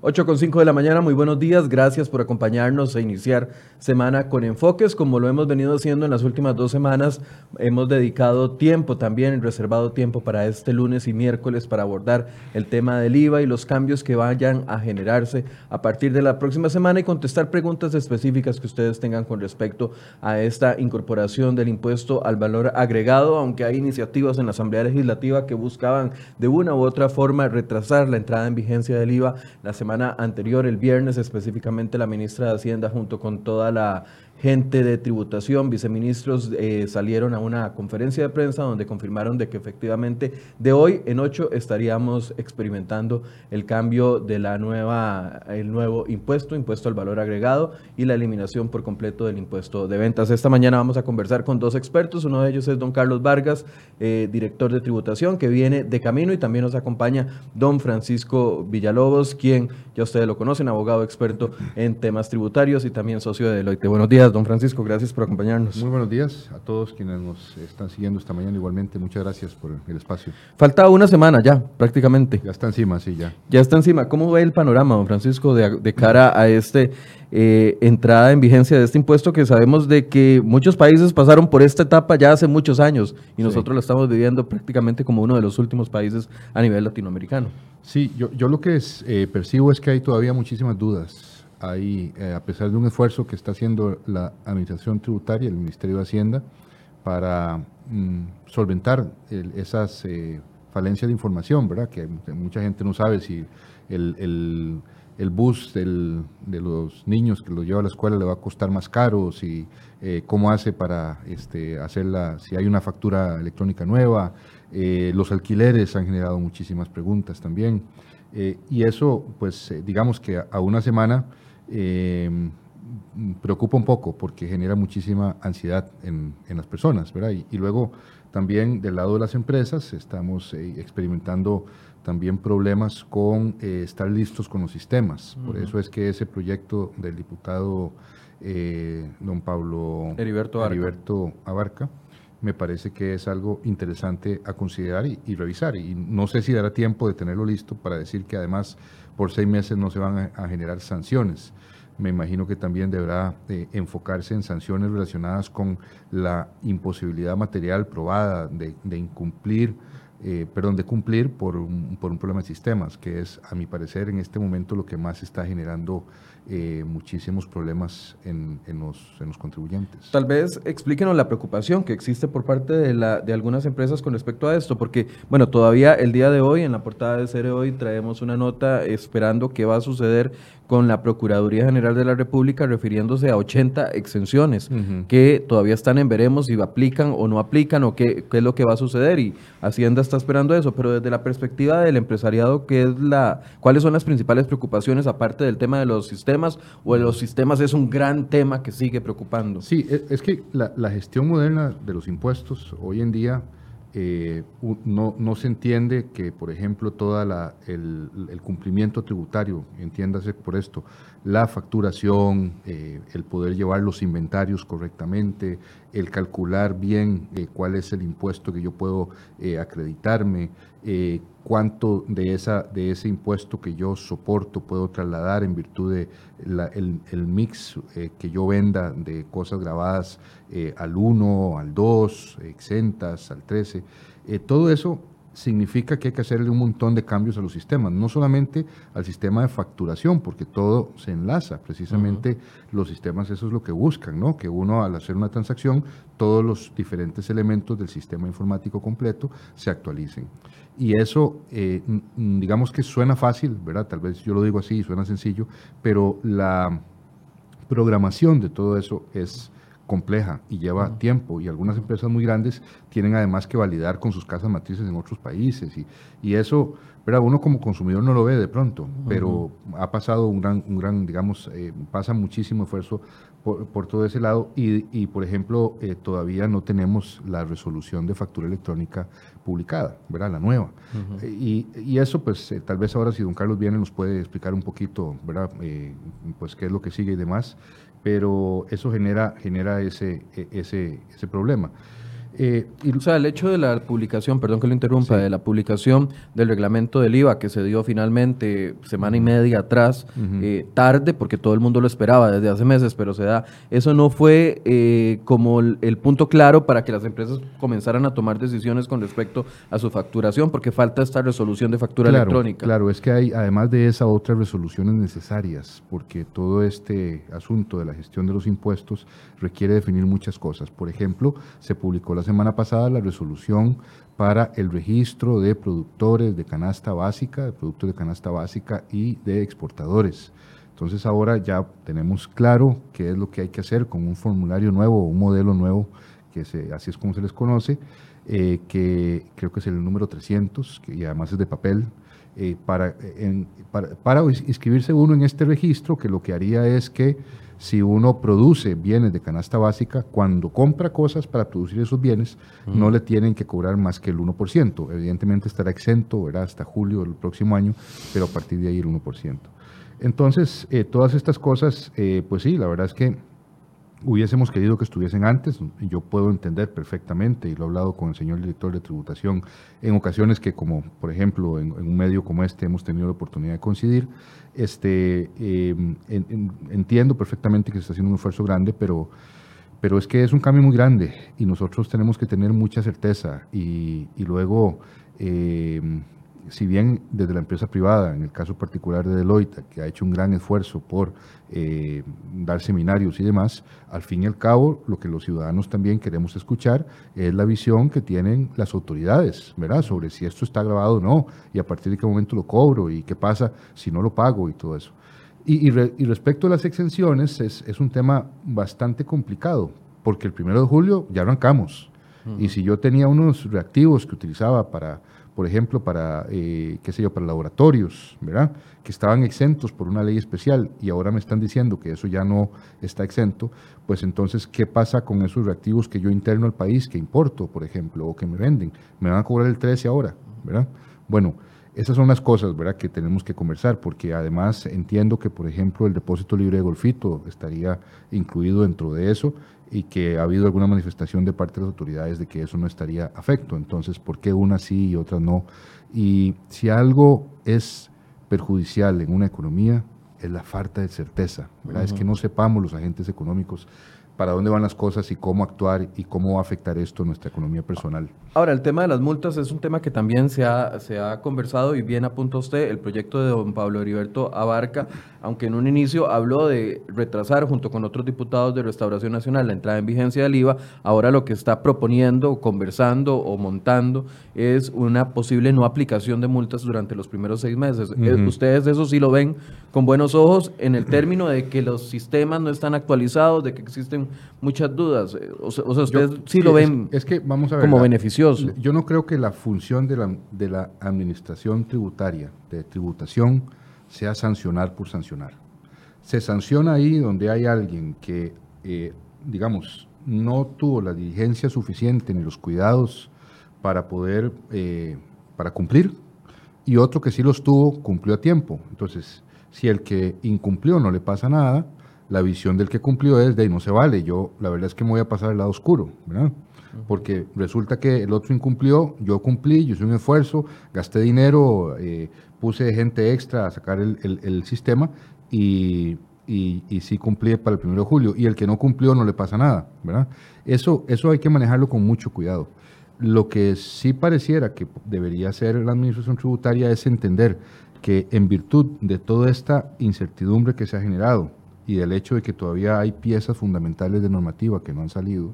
8:05 de la mañana, muy buenos días, gracias por acompañarnos a iniciar semana con enfoques, como lo hemos venido haciendo en las últimas 2 semanas, hemos dedicado tiempo también, reservado tiempo para este lunes y miércoles para abordar el tema del IVA y los cambios que vayan a generarse a partir de la próxima semana y contestar preguntas específicas que ustedes tengan con respecto a esta incorporación del impuesto al valor agregado, aunque hay iniciativas en la Asamblea Legislativa que buscaban de una u otra forma retrasar la entrada en vigencia del IVA. La semana anterior, el viernes específicamente, la ministra de Hacienda junto con toda la gente de tributación, viceministros, salieron a una conferencia de prensa donde confirmaron de que efectivamente de hoy en 8 estaríamos experimentando el cambio de el nuevo impuesto al valor agregado y la eliminación por completo del impuesto de ventas. Esta mañana vamos a conversar con 2 expertos, uno de ellos es don Carlos Vargas, director de tributación, que viene de camino, y también nos acompaña don Francisco Villalobos, quien ya ustedes lo conocen, abogado experto en temas tributarios y también socio de Deloitte. Buenos días, don Francisco, gracias por acompañarnos. Muy buenos días a todos quienes nos están siguiendo esta mañana. Igualmente, muchas gracias por el espacio. Falta una semana ya, prácticamente. Ya está encima, sí, ya. Ya está encima. ¿Cómo ve el panorama, don Francisco, de cara a entrada en vigencia de este impuesto, que sabemos de que muchos países pasaron por esta etapa ya hace muchos años y nosotros lo estamos viviendo prácticamente como uno de los últimos países a nivel latinoamericano? Sí, yo lo que percibo es que hay todavía muchísimas dudas. Hay, a pesar de un esfuerzo que está haciendo la Administración Tributaria, el Ministerio de Hacienda, para solventar esas falencias de información, ¿verdad? Que mucha gente no sabe si el bus de los niños que los lleva a la escuela le va a costar más caro, si cómo hace para hacerla, si hay una factura electrónica nueva. Los alquileres han generado muchísimas preguntas también, y eso, pues, digamos que a una semana preocupa un poco porque genera muchísima ansiedad en las personas, ¿verdad? Y luego también del lado de las empresas estamos experimentando también problemas con estar listos con los sistemas. Por eso es que ese proyecto del diputado don Pablo Heriberto Abarca me parece que es algo interesante a considerar y revisar. Y no sé si dará tiempo de tenerlo listo para decir que además por 6 meses no se van a generar sanciones. Me imagino que también deberá enfocarse en sanciones relacionadas con la imposibilidad material probada de cumplir por un problema de sistemas, que es, a mi parecer, en este momento lo que más está generando muchísimos problemas en los contribuyentes. Tal vez explíquenos la preocupación que existe por parte de algunas empresas con respecto a esto, porque, bueno, todavía el día de hoy, en la portada de Cere Hoy, traemos una nota esperando qué va a suceder con la Procuraduría General de la República refiriéndose a 80 exenciones que todavía están en veremos si aplican o no aplican o qué es lo que va a suceder, y Hacienda está esperando eso. Pero desde la perspectiva del empresariado, ¿cuáles son las principales preocupaciones aparte del tema de los sistemas, o de los sistemas es un gran tema que sigue preocupando? Sí, es que la gestión moderna de los impuestos hoy en día no se entiende que, por ejemplo, el cumplimiento tributario, entiéndase por esto, la facturación, el poder llevar los inventarios correctamente, el calcular bien cuál es el impuesto que yo puedo acreditarme, cuánto de ese impuesto que yo soporto puedo trasladar en virtud de el mix que yo venda de cosas grabadas al 1, al 2, exentas, al 13. Todo eso significa que hay que hacerle un montón de cambios a los sistemas, no solamente al sistema de facturación, porque todo se enlaza. Precisamente los sistemas, eso es lo que buscan, ¿no? Que uno, al hacer una transacción, todos los diferentes elementos del sistema informático completo se actualicen. Y eso, digamos que suena fácil, ¿verdad? Tal vez yo lo digo así, suena sencillo, pero la programación de todo eso es compleja y lleva tiempo, y algunas empresas muy grandes tienen además que validar con sus casas matrices en otros países, y eso, ¿verdad? Uno como consumidor no lo ve de pronto, pero ha pasado un gran digamos, pasa muchísimo esfuerzo por todo ese lado, y por ejemplo, todavía no tenemos la resolución de factura electrónica publicada, ¿verdad? La nueva. Y eso, pues, tal vez ahora, si don Carlos viene, nos puede explicar un poquito, ¿verdad? Pues qué es lo que sigue y demás, pero eso genera ese problema. O sea, el hecho de la publicación, perdón que lo interrumpa, Sí. de la publicación del reglamento del IVA que se dio finalmente semana y media atrás, tarde, porque todo el mundo lo esperaba desde hace meses, pero se da, eso no fue como el punto claro para que las empresas comenzaran a tomar decisiones con respecto a su facturación, porque falta esta resolución de factura electrónica. Claro, es que hay, además de esa, otras resoluciones necesarias, porque todo este asunto de la gestión de los impuestos requiere definir muchas cosas. Por ejemplo, se publicó la semana pasada la resolución para el registro de productores de canasta básica, de productos de canasta básica y de exportadores. Entonces ahora ya tenemos claro qué es lo que hay que hacer con un formulario nuevo, un modelo nuevo, así es como se les conoce, que creo que es el número 300, y además es de papel, para inscribirse uno en este registro, que lo que haría es que si uno produce bienes de canasta básica, cuando compra cosas para producir esos bienes, no le tienen que cobrar más que el 1%. Evidentemente estará exento, ¿verdad?, hasta julio del próximo año, pero a partir de ahí el 1%. Entonces, todas estas cosas, pues sí, la verdad es que hubiésemos querido que estuviesen antes. Yo puedo entender perfectamente, y lo he hablado con el señor director de tributación en ocasiones que, como por ejemplo en un medio como este hemos tenido la oportunidad de coincidir, entiendo perfectamente que se está haciendo un esfuerzo grande, pero es que es un cambio muy grande y nosotros tenemos que tener mucha certeza y luego, si bien desde la empresa privada, en el caso particular de Deloitte, que ha hecho un gran esfuerzo por dar seminarios y demás, al fin y al cabo lo que los ciudadanos también queremos escuchar es la visión que tienen las autoridades, ¿verdad?, sobre si esto está grabado o no, y a partir de qué momento lo cobro y qué pasa si no lo pago y todo eso. Y respecto a las exenciones, es un tema bastante complicado, porque el 1 de julio ya arrancamos. Y si yo tenía unos reactivos que utilizaba para, por ejemplo, para, para laboratorios, ¿verdad?, que estaban exentos por una ley especial y ahora me están diciendo que eso ya no está exento, pues entonces, ¿qué pasa con esos reactivos que yo interno al país, que importo, por ejemplo, o que me venden? Me van a cobrar el 13 ahora, ¿verdad? Bueno, esas son las cosas, ¿verdad?, que tenemos que conversar, porque además entiendo que, por ejemplo, el depósito libre de Golfito estaría incluido dentro de eso y que ha habido alguna manifestación de parte de las autoridades de que eso no estaría afecto. Entonces, ¿por qué unas sí y otras no? Y si algo es perjudicial en una economía, es la falta de certeza, ¿verdad? Es que no sepamos los agentes económicos para dónde van las cosas y cómo actuar y cómo va a afectar esto a nuestra economía personal. Ahora, el tema de las multas es un tema que también se ha conversado y bien apunta usted. El proyecto de don Pablo Heriberto abarca, aunque en un inicio habló de retrasar junto con otros diputados de Restauración Nacional la entrada en vigencia del IVA, ahora lo que está proponiendo, conversando o montando es una posible no aplicación de multas durante los primeros 6 meses. Ustedes eso sí lo ven con buenos ojos en el término de que los sistemas no están actualizados, de que existen muchas dudas. O sea ustedes sí lo ven es que, vamos a ver, como beneficioso. Yo no creo que la función de la administración tributaria, de tributación, sea sancionar por sancionar. Se sanciona ahí donde hay alguien que, digamos, no tuvo la diligencia suficiente ni los cuidados para poder, para cumplir, y otro que sí los tuvo, cumplió a tiempo. Entonces, si el que incumplió no le pasa nada, la visión del que cumplió es de ahí no se vale, yo la verdad es que me voy a pasar al lado oscuro, ¿verdad? Porque resulta que el otro incumplió, yo cumplí, yo hice un esfuerzo, gasté dinero, puse gente extra a sacar el sistema y sí cumplí para el 1 de julio. Y el que no cumplió no le pasa nada, ¿verdad? Eso hay que manejarlo con mucho cuidado. Lo que sí pareciera que debería hacer la administración tributaria es entender que en virtud de toda esta incertidumbre que se ha generado y del hecho de que todavía hay piezas fundamentales de normativa que no han salido,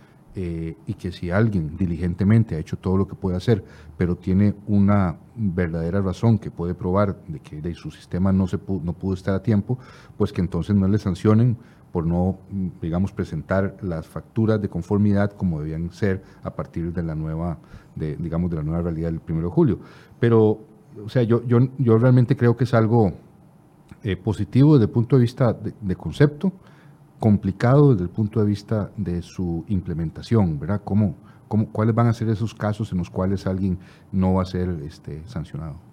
y que si alguien diligentemente ha hecho todo lo que puede hacer, pero tiene una verdadera razón que puede probar de que de su sistema no pudo estar a tiempo, pues que entonces no le sancionen por no, digamos, presentar las facturas de conformidad como debían ser a partir de la nueva, de la nueva realidad del 1 de julio. Pero, o sea, yo realmente creo que es algo positivo desde el punto de vista de concepto, complicado desde el punto de vista de su implementación, ¿verdad? ¿Cuáles van a ser esos casos en los cuales alguien no va a ser sancionado?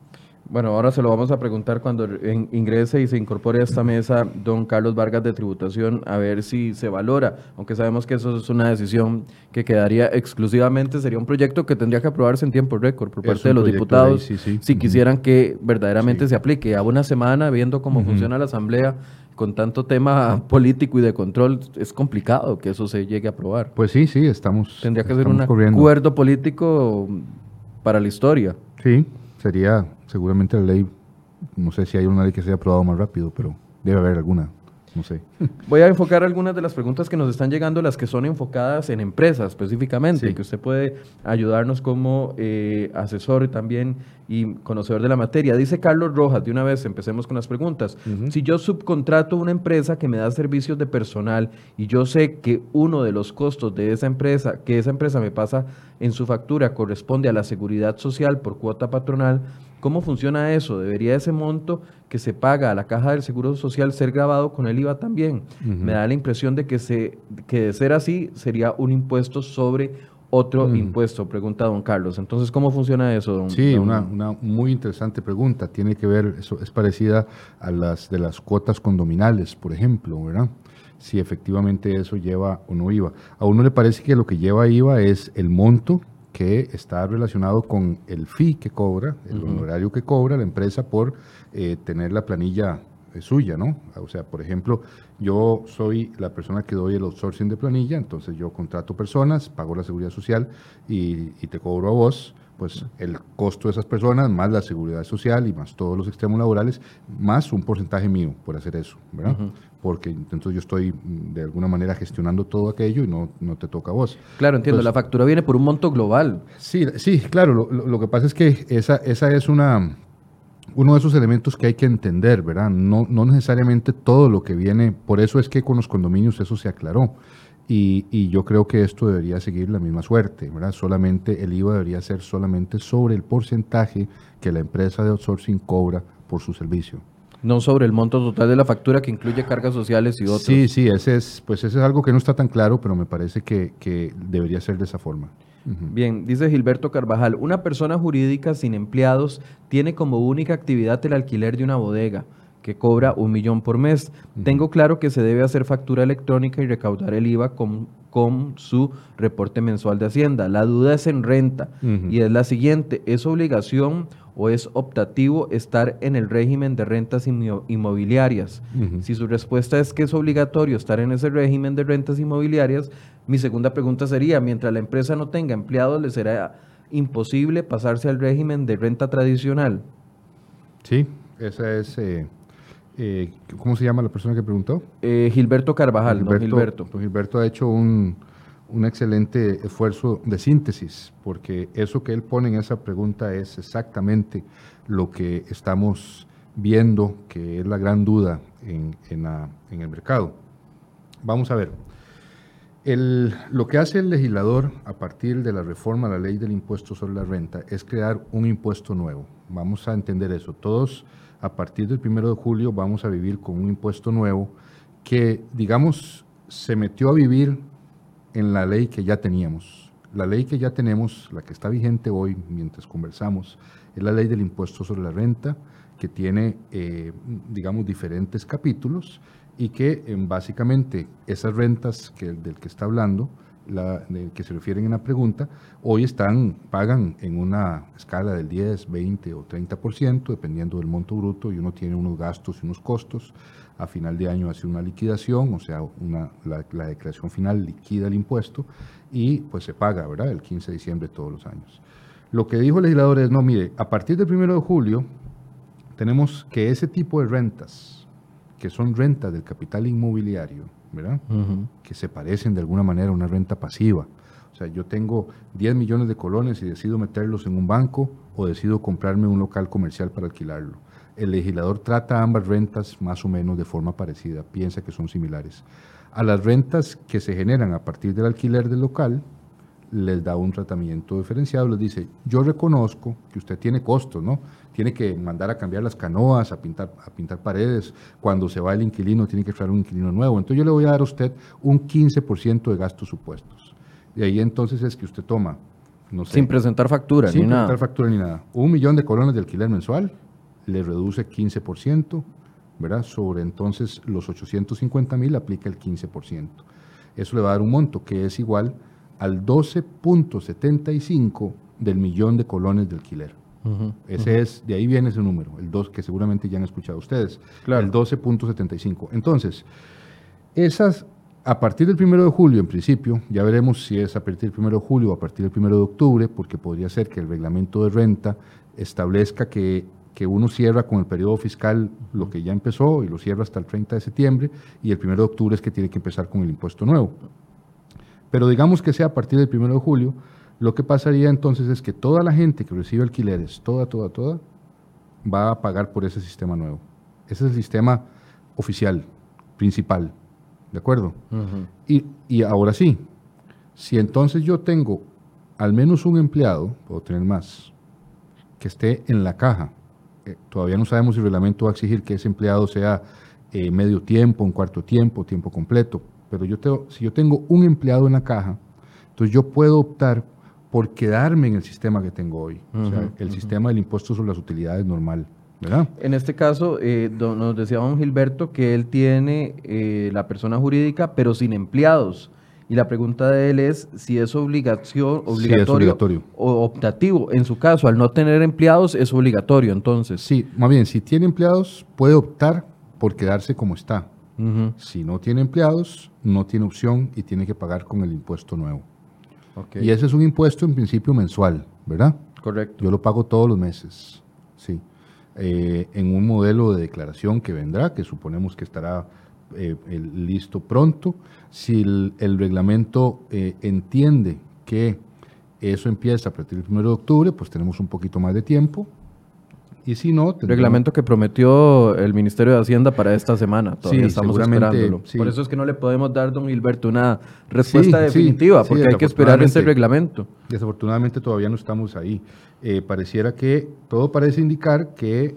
Bueno, ahora se lo vamos a preguntar cuando ingrese y se incorpore a esta mesa don Carlos Vargas de Tributación, a ver si se valora, aunque sabemos que eso es una decisión que quedaría exclusivamente, sería un proyecto que tendría que aprobarse en tiempo récord por parte de los diputados, de ley, sí. si quisieran que verdaderamente se aplique. A una semana, viendo cómo funciona la Asamblea, con tanto tema político y de control, es complicado que eso se llegue a aprobar. Pues sí, estamos. Tendría que ser un corriendo. acuerdo político para la historia. Sí, sería seguramente la ley, no sé si hay una ley que se haya aprobado más rápido, pero debe haber alguna, no sé. Voy a enfocar algunas de las preguntas que nos están llegando, las que son enfocadas en empresas específicamente, que usted puede ayudarnos como asesor también y conocedor de la materia. Dice Carlos Rojas, de una vez empecemos con las preguntas. Si yo subcontrato una empresa que me da servicios de personal y yo sé que uno de los costos de esa empresa, que esa empresa me pasa en su factura, corresponde a la seguridad social por cuota patronal, ¿cómo funciona eso? ¿Debería ese monto que se paga a la Caja del Seguro Social ser grabado con el IVA también? Me da la impresión de que de ser así sería un impuesto sobre otro impuesto, pregunta don Carlos. Entonces, ¿cómo funciona eso, don? Sí, una muy interesante pregunta. Tiene que ver, eso es parecida a las de las cuotas condominales, por ejemplo, ¿verdad? Si efectivamente eso lleva o no IVA. A uno le parece que lo que lleva IVA es el monto que está relacionado con el fee que cobra, el honorario que cobra la empresa por tener la planilla suya, ¿no? O sea, por ejemplo, yo soy la persona que doy el outsourcing de planilla, entonces yo contrato personas, pago la seguridad social y te cobro a vos, pues el costo de esas personas, más la seguridad social y más todos los extremos laborales, más un porcentaje mío por hacer eso, ¿verdad? Porque entonces yo estoy de alguna manera gestionando todo aquello y no te toca a vos. Claro, entiendo, la factura viene por un monto global. Sí, claro, lo que pasa es que esa es uno de esos elementos que hay que entender, ¿verdad? No necesariamente todo lo que viene, por eso es que con los condominios eso se aclaró. Y yo creo que esto debería seguir la misma suerte, ¿verdad? Solamente el IVA debería ser solamente sobre el porcentaje que la empresa de outsourcing cobra por su servicio. No sobre el monto total de la factura que incluye cargas sociales y otros. Sí, ese es algo que no está tan claro, pero me parece que debería ser de esa forma. Bien, dice Gilberto Carvajal, una persona jurídica sin empleados tiene como única actividad el alquiler de una bodega, que cobra 1 millón por mes. Tengo claro que se debe hacer factura electrónica y recaudar el IVA con su reporte mensual de Hacienda. La duda es en renta y es la siguiente, ¿es obligación o es optativo estar en el régimen de rentas inmobiliarias? Si su respuesta es que es obligatorio estar en ese régimen de rentas inmobiliarias, mi segunda pregunta sería, mientras la empresa no tenga empleados, ¿le será imposible pasarse al régimen de renta tradicional? Sí, esa es... ¿cómo se llama la persona que preguntó? Gilberto Carvajal, don Gilberto. Don Gilberto ha hecho un excelente esfuerzo de síntesis, porque eso que él pone en esa pregunta es exactamente lo que estamos viendo, que es la gran duda en el mercado. Vamos a ver. Lo que hace el legislador a partir de la reforma a la ley del impuesto sobre la renta es crear un impuesto nuevo. Vamos a entender eso. Todos a partir del 1 de julio vamos a vivir con un impuesto nuevo que, digamos, se metió a vivir en la ley que ya teníamos. La ley que ya tenemos, la que está vigente hoy mientras conversamos, es la ley del impuesto sobre la renta, que tiene, digamos, diferentes capítulos y que básicamente esas rentas del que está hablando, del que se refieren en la pregunta, hoy pagan en una escala del 10, 20 o 30%, dependiendo del monto bruto, y uno tiene unos gastos y unos costos. A final de año hace una liquidación, o sea, la declaración final liquida el impuesto y pues se paga, ¿verdad?, el 15 de diciembre de todos los años. Lo que dijo el legislador es, no, mire, a partir del 1 de julio tenemos que ese tipo de rentas, que son rentas del capital inmobiliario, ¿verdad? Que se parecen de alguna manera a una renta pasiva. O sea, yo tengo 10 millones de colones y decido meterlos en un banco o decido comprarme un local comercial para alquilarlo. El legislador trata ambas rentas más o menos de forma parecida, piensa que son similares. A las rentas que se generan a partir del alquiler del local, les da un tratamiento diferenciado, les dice, yo reconozco que usted tiene costos, ¿no? Tiene que mandar a cambiar las canoas, a pintar paredes, cuando se va el inquilino tiene que traer un inquilino nuevo, entonces yo le voy a dar a usted un 15% de gastos supuestos. Y ahí entonces es que usted toma, no sé. Sin presentar factura ni nada. Sin presentar factura ni nada. 1 millón de colones de alquiler mensual, le reduce 15%, ¿verdad? Sobre entonces los 850,000 aplica el 15%. Eso le va a dar un monto que es igual al 12.75 del millón de colones de alquiler. Ese es, de ahí viene ese número, el 2, que seguramente ya han escuchado ustedes, Claro. el 12.75. Entonces, esas, a partir del 1 de julio, en principio, ya veremos si es a partir del 1 de julio o a partir del 1 de octubre, porque podría ser que el reglamento de renta establezca que uno cierra con el periodo fiscal lo que ya empezó y lo cierra hasta el 30 de septiembre, y el 1 de octubre es que tiene que empezar con el impuesto nuevo. Pero digamos que sea a partir del 1 de julio, lo que pasaría entonces es que toda la gente que recibe alquileres, toda, va a pagar por ese sistema nuevo. Ese es el sistema oficial, principal, ¿de acuerdo? Y ahora sí, si entonces yo tengo al menos un empleado, puedo tener más, que esté en la caja, todavía no sabemos si el reglamento va a exigir que ese empleado sea medio tiempo, un cuarto tiempo, tiempo completo, pero si yo tengo un empleado en la caja, entonces yo puedo optar por quedarme en el sistema que tengo hoy, o sea, el sistema del impuesto sobre las utilidades normal, ¿verdad? En este caso, nos decía don Gilberto que él tiene la persona jurídica, pero sin empleados. Y la pregunta de él es si es obligatorio o optativo. En su caso, al no tener empleados, es obligatorio, entonces. Sí, más bien, si tiene empleados, puede optar por quedarse como está. Si no tiene empleados, no tiene opción y tiene que pagar con el impuesto nuevo. Okay. Y ese es un impuesto en principio mensual, ¿verdad? Correcto. Yo lo pago todos los meses, sí. En un modelo de declaración que vendrá, que suponemos que estará listo pronto. Si el reglamento entiende que eso empieza a partir del 1 de octubre, pues tenemos un poquito más de tiempo. Y si no... Reglamento que prometió el Ministerio de Hacienda para esta semana. Todavía estamos esperándolo. Sí. Por eso es que no le podemos dar, don Gilberto, una respuesta definitiva, porque hay que esperar ese reglamento. Desafortunadamente todavía no estamos ahí. Pareciera que todo parece indicar que,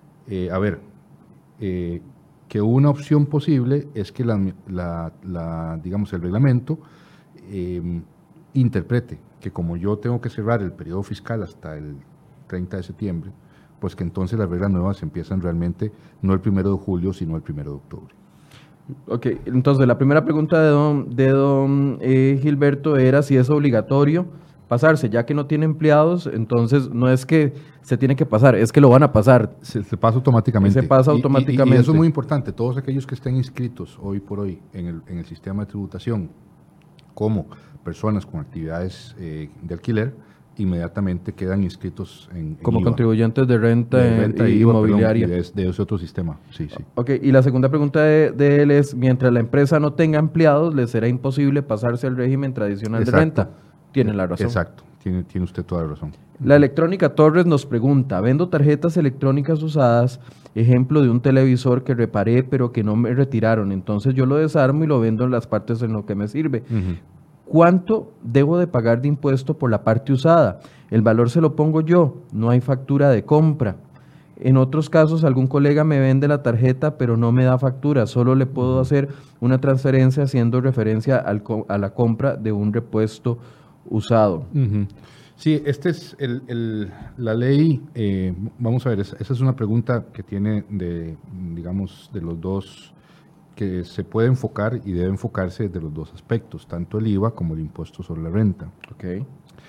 que una opción posible es que digamos, el reglamento interprete que como yo tengo que cerrar el periodo fiscal hasta el 30 de septiembre, pues que entonces las reglas nuevas empiezan realmente no el 1 de julio, sino el 1 de octubre. Ok, entonces la primera pregunta de don Gilberto era si es obligatorio pasarse, ya que no tiene empleados, entonces no es que se tiene que pasar, es que lo van a pasar. Se pasa automáticamente. Se pasa automáticamente. Y eso es muy importante, todos aquellos que estén inscritos hoy por hoy en el sistema de tributación como personas con actividades de alquiler, inmediatamente quedan inscritos como IVA. Contribuyentes de renta y inmobiliaria. De ese otro sistema, sí. Ok, y la segunda pregunta de él es, mientras la empresa no tenga empleados, ¿le será imposible pasarse al régimen tradicional de renta? Tiene la razón. Exacto, tiene usted toda la razón. La Electrónica Torres nos pregunta, vendo tarjetas electrónicas usadas, ejemplo de un televisor que reparé pero que no me retiraron, entonces yo lo desarmo y lo vendo en las partes en lo que me sirve. ¿Cuánto debo de pagar de impuesto por la parte usada? El valor se lo pongo yo, no hay factura de compra. En otros casos, algún colega me vende la tarjeta, pero no me da factura. Solo le puedo hacer una transferencia haciendo referencia a la compra de un repuesto usado. Sí, esta es la ley. Vamos a ver, esa es una pregunta que tiene digamos, de los dos, que se puede enfocar y debe enfocarse desde los dos aspectos, tanto el IVA como el impuesto sobre la renta. Okay.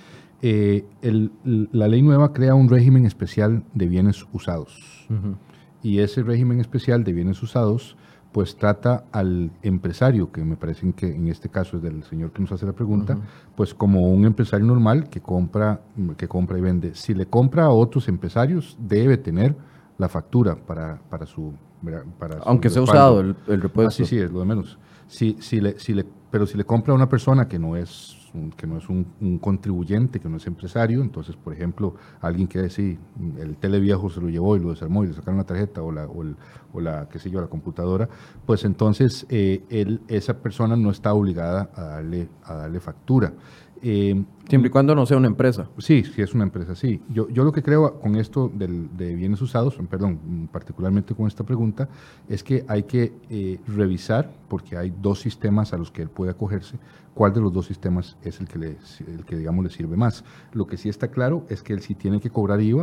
La ley nueva crea un régimen especial de bienes usados. Y ese régimen especial de bienes usados pues trata al empresario, que me parece que en este caso es del señor que nos hace la pregunta, pues como un empresario normal que compra y vende. Si le compra a otros empresarios, debe tener la factura para su... Aunque sea usado el repuesto. Sí, es lo de menos. Pero si le compra a una persona que no es un contribuyente, que no es empresario, entonces, por ejemplo, alguien que el tele viejo se lo llevó y lo desarmó y le sacaron la tarjeta o la qué sé yo, la computadora, pues entonces esa persona no está obligada a darle factura. Siempre y cuando no sea una empresa. Sí, sí es una empresa, sí. Yo lo que creo con esto de bienes usados, particularmente con esta pregunta, es que hay que revisar, porque hay dos sistemas a los que él puede acogerse, cuál de los dos sistemas es el que digamos le sirve más. Lo que sí está claro es que él sí tiene que cobrar IVA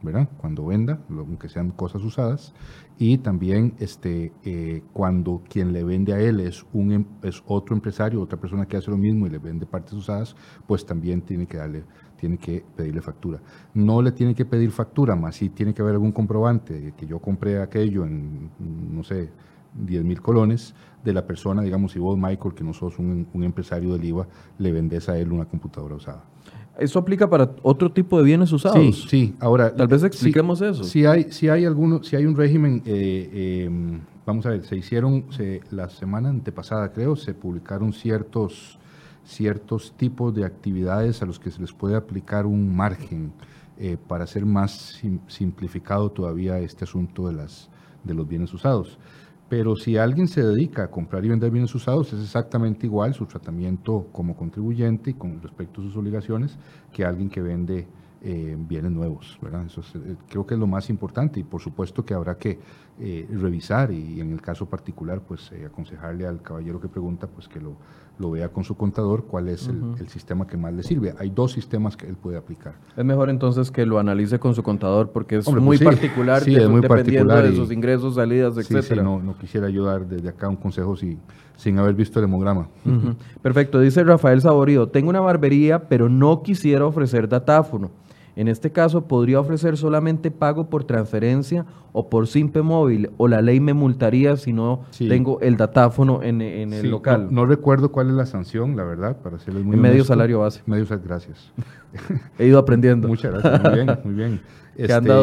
¿verdad? Cuando venda, aunque sean cosas usadas, y también cuando quien le vende a él es otro empresario, otra persona que hace lo mismo y le vende partes usadas, pues también tiene que pedirle factura. No le tiene que pedir factura, más si tiene que haber algún comprobante de que yo compré aquello en, no sé, 10,000 colones de la persona, digamos, si vos, Michael, que no sos un empresario del IVA, le vendés a él una computadora usada. ¿Eso aplica para otro tipo de bienes usados? Sí. Ahora, tal vez expliquemos eso. Si hay un régimen, vamos a ver, la semana antepasada, creo, se publicaron ciertos tipos de actividades a los que se les puede aplicar un margen para hacer más simplificado todavía este asunto de los bienes usados. Pero si alguien se dedica a comprar y vender bienes usados, es exactamente igual su tratamiento como contribuyente y con respecto a sus obligaciones que alguien que vende bienes nuevos, ¿verdad? Eso creo que es lo más importante, y por supuesto que habrá que revisar, y en el caso particular, pues aconsejarle al caballero que pregunta, pues que lo vea con su contador cuál es el sistema que más le sirve. Hay 2 sistemas que él puede aplicar. Es mejor entonces que lo analice con su contador, porque es Hombre, muy pues particular, es muy dependiendo particular de sus ingresos, salidas, etcétera. No quisiera ayudar desde acá un consejo sin haber visto el hemograma. Perfecto, dice Rafael Saborío, tengo una barbería, pero no quisiera ofrecer datáfono. En este caso, ¿podría ofrecer solamente pago por transferencia o por simpe móvil? ¿O la ley me multaría si no tengo el datáfono en el local? No recuerdo cuál es la sanción, la verdad, para serles muy honesto. Medio salario base. Gracias. He ido aprendiendo. Muchas gracias, muy bien. Que anda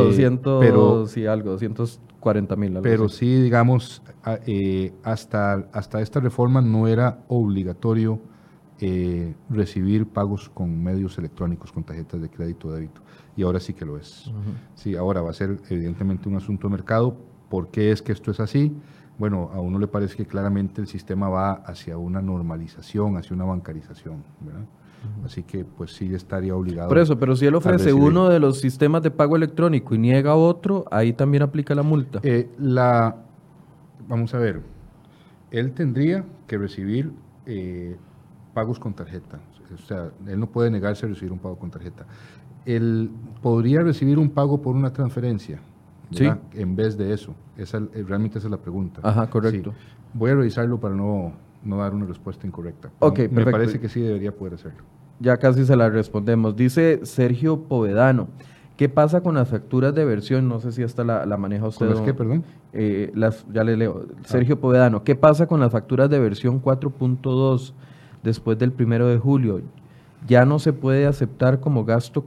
240,000. Pero sí, digamos, hasta esta reforma no era obligatorio recibir pagos con medios electrónicos, con tarjetas de crédito o débito, y ahora sí que lo es. Sí, ahora va a ser evidentemente un asunto de mercado. ¿Por qué es que esto es así? Bueno, a uno le parece que claramente el sistema va hacia una normalización, hacia una bancarización, ¿verdad? Así que pues sí estaría obligado. Por eso, pero si él ofrece uno de los sistemas de pago electrónico y niega otro, ahí también aplica la multa. Vamos a ver, él tendría que recibir pagos con tarjeta. O sea, él no puede negarse a recibir un pago con tarjeta. Él podría recibir un pago por una transferencia, ¿verdad? Sí. En vez de eso. Realmente esa es la pregunta. Ajá, correcto. Sí. Voy a revisarlo para no dar una respuesta incorrecta. Okay, me parece que sí debería poder hacerlo. Ya casi se la respondemos. Dice Sergio Povedano, ¿qué pasa con las facturas de versión? No sé si esta la maneja usted. ¿Con las qué, perdón? Ya le leo. Sergio Povedano, ¿qué pasa con las facturas de versión 4.2 después del 1 de julio? Ya no se puede aceptar como gasto,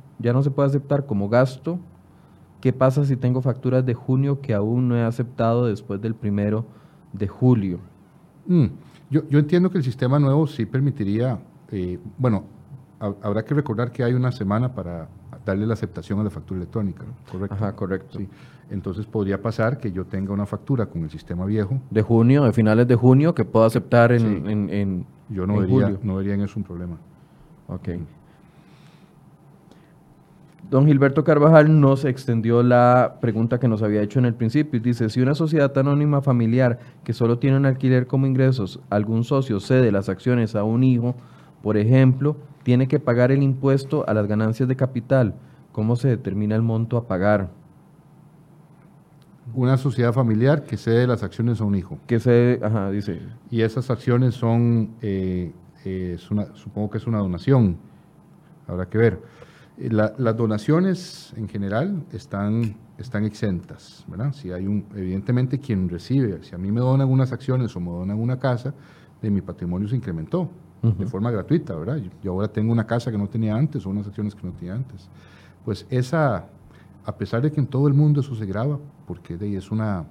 ¿Qué pasa si tengo facturas de junio que aún no he aceptado después del 1 de julio? Yo entiendo que el sistema nuevo sí permitiría, habrá que recordar que hay una semana para darle la aceptación a la factura electrónica, ¿no? ¿Correcto? Ajá, correcto. Sí. Entonces podría pasar que yo tenga una factura con el sistema viejo. De junio, de finales de junio, que puedo aceptar en Yo no vería en eso un problema. Ok. Don Gilberto Carvajal nos extendió la pregunta que nos había hecho en el principio. Dice, si una sociedad anónima familiar que solo tiene un alquiler como ingresos, algún socio cede las acciones a un hijo, por ejemplo, tiene que pagar el impuesto a las ganancias de capital. ¿Cómo se determina el monto a pagar? Una sociedad familiar que cede las acciones a un hijo. Dice. Y esas acciones son, supongo que es una donación. Habrá que ver. Las donaciones en general están exentas, ¿verdad? Si evidentemente quien recibe, si a mí me donan unas acciones o me donan una casa, de mi patrimonio se incrementó de forma gratuita, ¿verdad? Yo ahora tengo una casa que no tenía antes o unas acciones que no tenía antes. Pues a pesar de que en todo el mundo eso se grava, porque es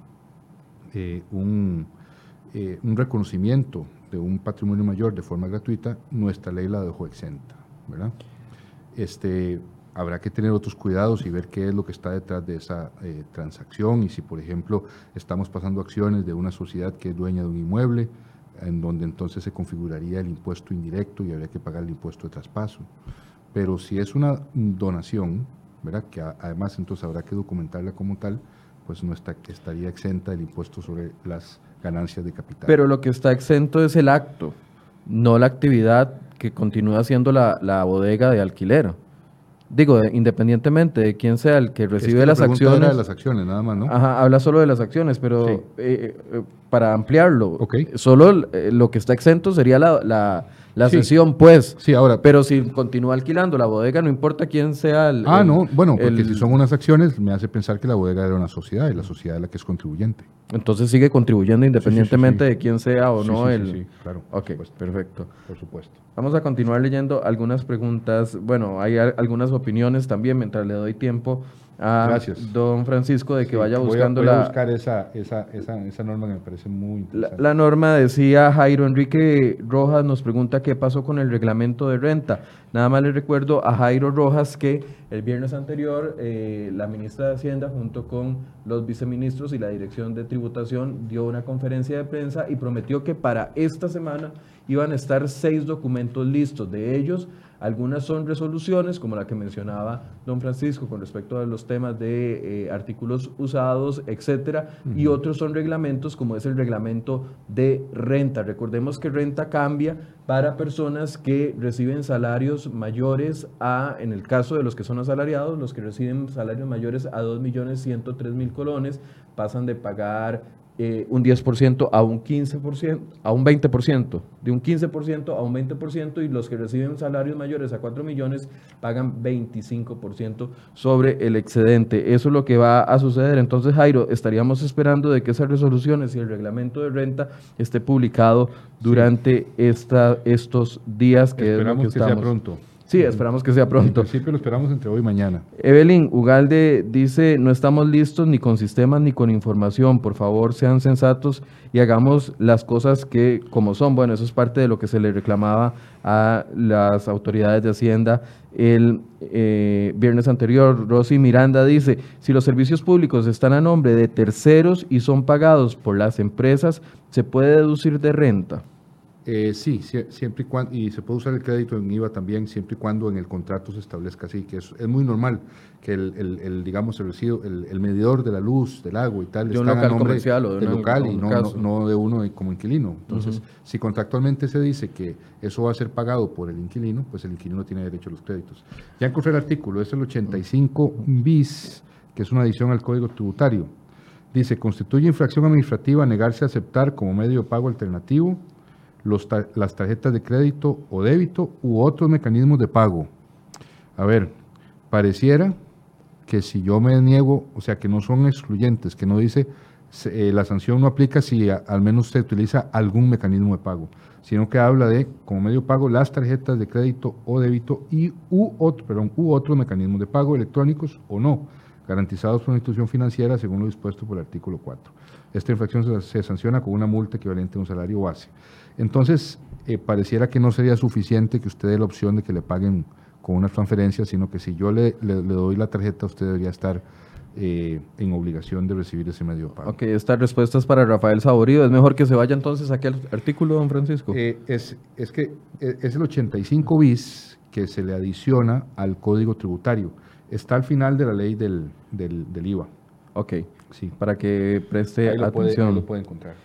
un reconocimiento de un patrimonio mayor de forma gratuita, nuestra ley la dejó exenta, ¿verdad? Habrá que tener otros cuidados y ver qué es lo que está detrás de esa transacción, y si, por ejemplo, estamos pasando acciones de una sociedad que es dueña de un inmueble, en donde entonces se configuraría el impuesto indirecto y habría que pagar el impuesto de traspaso. Pero si es una donación, ¿verdad?, que además entonces habrá que documentarla como tal, pues no estaría exenta del impuesto sobre las ganancias de capital. Pero lo que está exento es el acto, no la actividad que continúa siendo la bodega de alquiler. Digo, independientemente de quién sea el que recibe las acciones. Era de las acciones, nada más, ¿no? Ajá, habla solo de las acciones, pero Sí. Para ampliarlo, Ok. solo lo que está exento sería la Sí. cesión, pues. Sí, ahora. Pero si continúa alquilando la bodega, no importa quién sea el. No, bueno, porque si son unas acciones, me hace pensar que la bodega era una sociedad y la sociedad es la que es contribuyente. Entonces sigue contribuyendo independientemente Sí. de quién sea o no el. Sí, claro. Ok, perfecto. Por supuesto. Vamos a continuar leyendo algunas preguntas. Bueno, hay algunas opiniones también, mientras le doy tiempo a Gracias. don Francisco de que vaya buscando voy a buscar esa norma que me parece muy interesante. la norma. Decía Jairo Enrique Rojas, nos pregunta qué pasó con el reglamento de renta. Nada más le recuerdo a Jairo Rojas que el viernes anterior la ministra de Hacienda junto con los viceministros y la Dirección de Tributación dio una conferencia de prensa y prometió que para esta semana iban a estar 6 documentos listos. De ellos, algunas son resoluciones, como la que mencionaba don Francisco con respecto a los temas de artículos usados, etcétera, y otros son reglamentos, como es el reglamento de renta. Recordemos que renta cambia para personas que reciben salarios mayores a, en el caso de los que son asalariados, los que reciben salarios mayores a 2.103.000 colones, pasan de pagar un 10% a un 15%, a un 20%, de un 15% a un 20%, y los que reciben salarios mayores a 4 millones pagan 25% sobre el excedente. Eso es lo que va a suceder. Entonces, Jairo, estaríamos esperando de que esas resoluciones y el reglamento de renta esté publicado durante estos días que esperamos es lo que sea pronto. Sí, esperamos que sea pronto. En principio lo esperamos entre hoy y mañana. Evelyn Ugalde dice, no estamos listos ni con sistemas ni con información, por favor sean sensatos y hagamos las cosas que como son. Bueno, eso es parte de lo que se le reclamaba a las autoridades de Hacienda el viernes anterior. Rosy Miranda dice, si los servicios públicos están a nombre de terceros y son pagados por las empresas, ¿se puede deducir de renta? Sí, siempre y cuando, y se puede usar el crédito en IVA también, siempre y cuando en el contrato se establezca así, que es muy normal que digamos, el residuo, el medidor de la luz, del agua y tal, de un están local a nombre comercial o de del local y caso. no de uno como inquilino. Entonces, si contractualmente se dice que eso va a ser pagado por el inquilino, pues el inquilino tiene derecho a los créditos. Ya encontré el artículo, es el 85 bis, que es una adición al Código Tributario. Dice, constituye infracción administrativa negarse a aceptar como medio de pago alternativo las tarjetas de crédito o débito u otros mecanismos de pago. A ver, pareciera que si yo me niego, o sea, que no son excluyentes, que no dice la sanción no aplica si al menos se utiliza algún mecanismo de pago, sino que habla de, como medio de pago, las tarjetas de crédito o débito u otros mecanismos de pago electrónicos o no, garantizados por una institución financiera según lo dispuesto por el artículo 4. Esta infracción se sanciona con una multa equivalente a un salario base. Entonces, pareciera que no sería suficiente que usted dé la opción de que le paguen con una transferencia, sino que si yo le doy la tarjeta, usted debería estar en obligación de recibir ese medio de pago. Ok, esta respuesta es para Rafael Saborido. ¿Es mejor que se vaya entonces a aquel artículo, don Francisco? Es que es el 85 bis que se le adiciona al Código Tributario. Está al final de la ley del IVA. Ok, sí, para que preste atención. Ahí lo puede encontrar.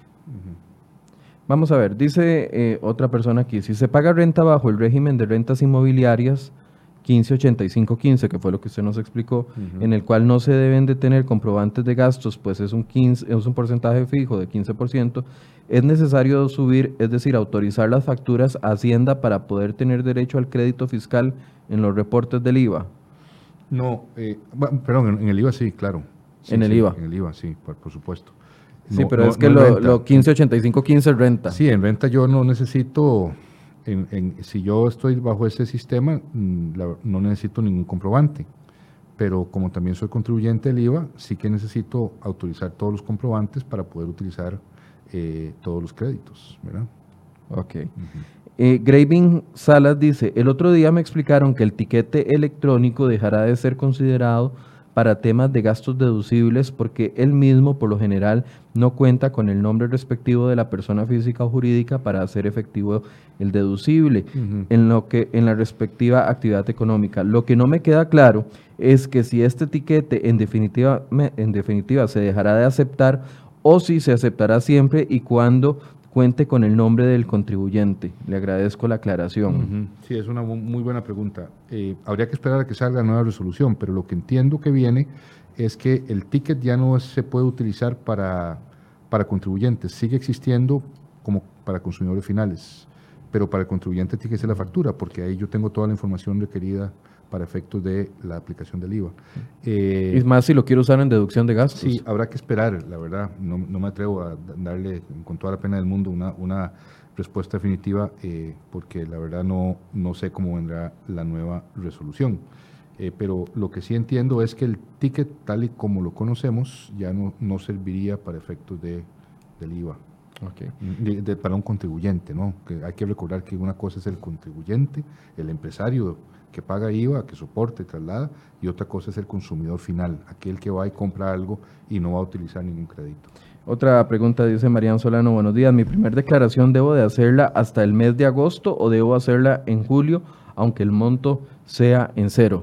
Vamos a ver, dice otra persona aquí, si se paga renta bajo el régimen de rentas inmobiliarias 158515, que fue lo que usted nos explicó, en el cual no se deben de tener comprobantes de gastos, pues es un porcentaje fijo de 15%, es necesario subir, es decir, autorizar las facturas a Hacienda para poder tener derecho al crédito fiscal en los reportes del IVA. No, perdón, en el IVA sí, claro. Sí, en el IVA. En el IVA, sí, por supuesto. Sí, pero es que lo 158515 es renta. Sí, en renta yo no necesito, si yo estoy bajo ese sistema, no necesito ningún comprobante. Pero como también soy contribuyente del IVA, sí que necesito autorizar todos los comprobantes para poder utilizar todos los créditos, ¿verdad? Ok. Graving Salas dice, el otro día me explicaron que el tiquete electrónico dejará de ser considerado para temas de gastos deducibles porque él mismo, por lo general, no cuenta con el nombre respectivo de la persona física o jurídica para hacer efectivo el deducible en la respectiva actividad económica. Lo que no me queda claro es que si este tiquete en definitiva se dejará de aceptar o si se aceptará siempre y cuando cuente con el nombre del contribuyente? Le agradezco la aclaración. Sí, es una muy buena pregunta. Habría que esperar a que salga la nueva resolución, pero lo que entiendo que viene es que el ticket ya no se puede utilizar para contribuyentes, sigue existiendo como para consumidores finales, pero para el contribuyente tiene que ser la factura, porque ahí yo tengo toda la información requerida para efectos de la aplicación del IVA. Y más si lo quiero usar en deducción de gastos. Sí, habrá que esperar, la verdad. No me atrevo a darle con toda la pena del mundo una respuesta definitiva, porque la verdad no sé cómo vendrá la nueva resolución. Pero lo que sí entiendo es que el ticket, tal y como lo conocemos, ya no serviría para efectos del IVA. Okay. Para un contribuyente, ¿no? Que hay que recordar que una cosa es el contribuyente, el empresario que paga IVA, que soporta y traslada, y otra cosa es el consumidor final, aquel que va y compra algo y no va a utilizar ningún crédito. Otra pregunta, dice Marian Solano, buenos días, ¿mi primer declaración debo de hacerla hasta el mes de agosto o debo hacerla en julio, aunque el monto sea en cero?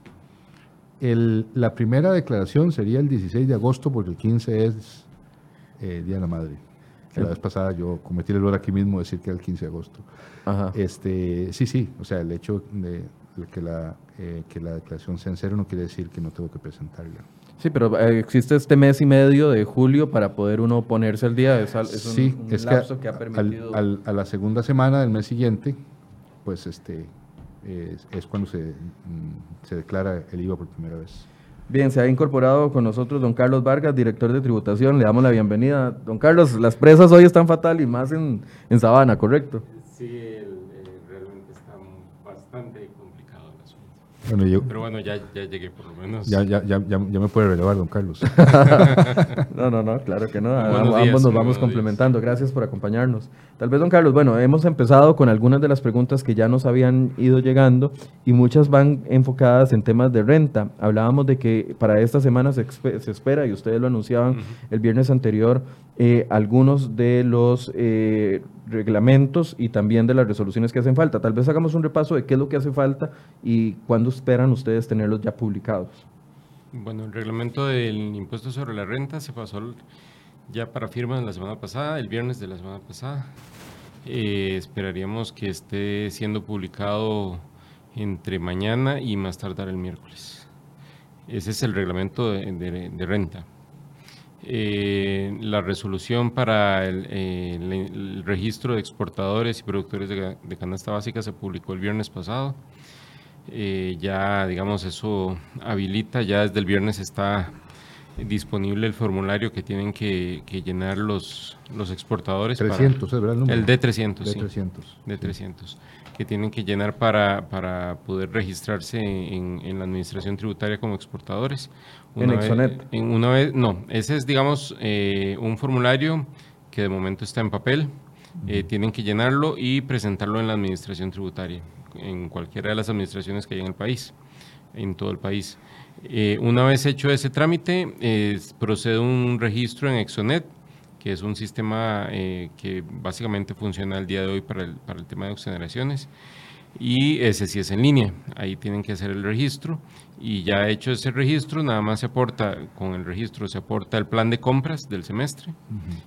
La primera declaración sería el 16 de agosto, porque el 15 es Día de la Madre. La vez pasada yo cometí el error aquí mismo de decir que era el 15 de agosto. Ajá. Sí, o sea, el hecho de que la declaración sea en cero no quiere decir que no tengo que presentarla. Sí, pero existe este mes y medio de julio para poder uno ponerse al día. Es un lapso que ha permitido. A la segunda semana del mes siguiente, pues es cuando se declara el IVA por primera vez. Bien, se ha incorporado con nosotros don Carlos Vargas, director de tributación. Le damos la bienvenida. Don Carlos, las presas hoy están fatal y más en Sabana, ¿correcto? Sí, realmente está bastante complicado el asunto. Bueno, pero bueno, ya llegué por lo menos. Ya me puede relevar, don Carlos. No, claro que no. Ambos nos vamos complementando. Gracias por acompañarnos. Tal vez, don Carlos, bueno, hemos empezado con algunas de las preguntas que ya nos habían ido llegando y muchas van enfocadas en temas de renta. Hablábamos de que para esta semana se espera, y ustedes lo anunciaban el viernes anterior, algunos de los reglamentos y también de las resoluciones que hacen falta. Tal vez hagamos un repaso de qué es lo que hace falta y cuándo esperan ustedes tenerlos ya publicados. Bueno, el reglamento del impuesto sobre la renta se pasó ya para firma la semana pasada, el viernes de la semana pasada. Esperaríamos que esté siendo publicado entre mañana y más tardar el miércoles. Ese es el reglamento de renta. La resolución para el registro de exportadores y productores de canasta básica se publicó el viernes pasado. Ya, digamos, eso habilita, ya desde el viernes está disponible el formulario que tienen que llenar los exportadores. 300, ¿es verdad el número? El D300, sí. D300, que tienen que llenar para poder registrarse en la administración tributaria como exportadores. ¿En Exonet? No, ese es, digamos, un formulario que de momento está en papel. Tienen que llenarlo y presentarlo en la administración tributaria, en cualquiera de las administraciones que hay en el país, en todo el país. Una vez hecho ese trámite, procede un registro en Exonet, que es un sistema que básicamente funciona el día de hoy para el tema de exoneraciones, y ese sí es en línea. Ahí tienen que hacer el registro, y ya hecho ese registro, nada más con el registro se aporta el plan de compras del semestre,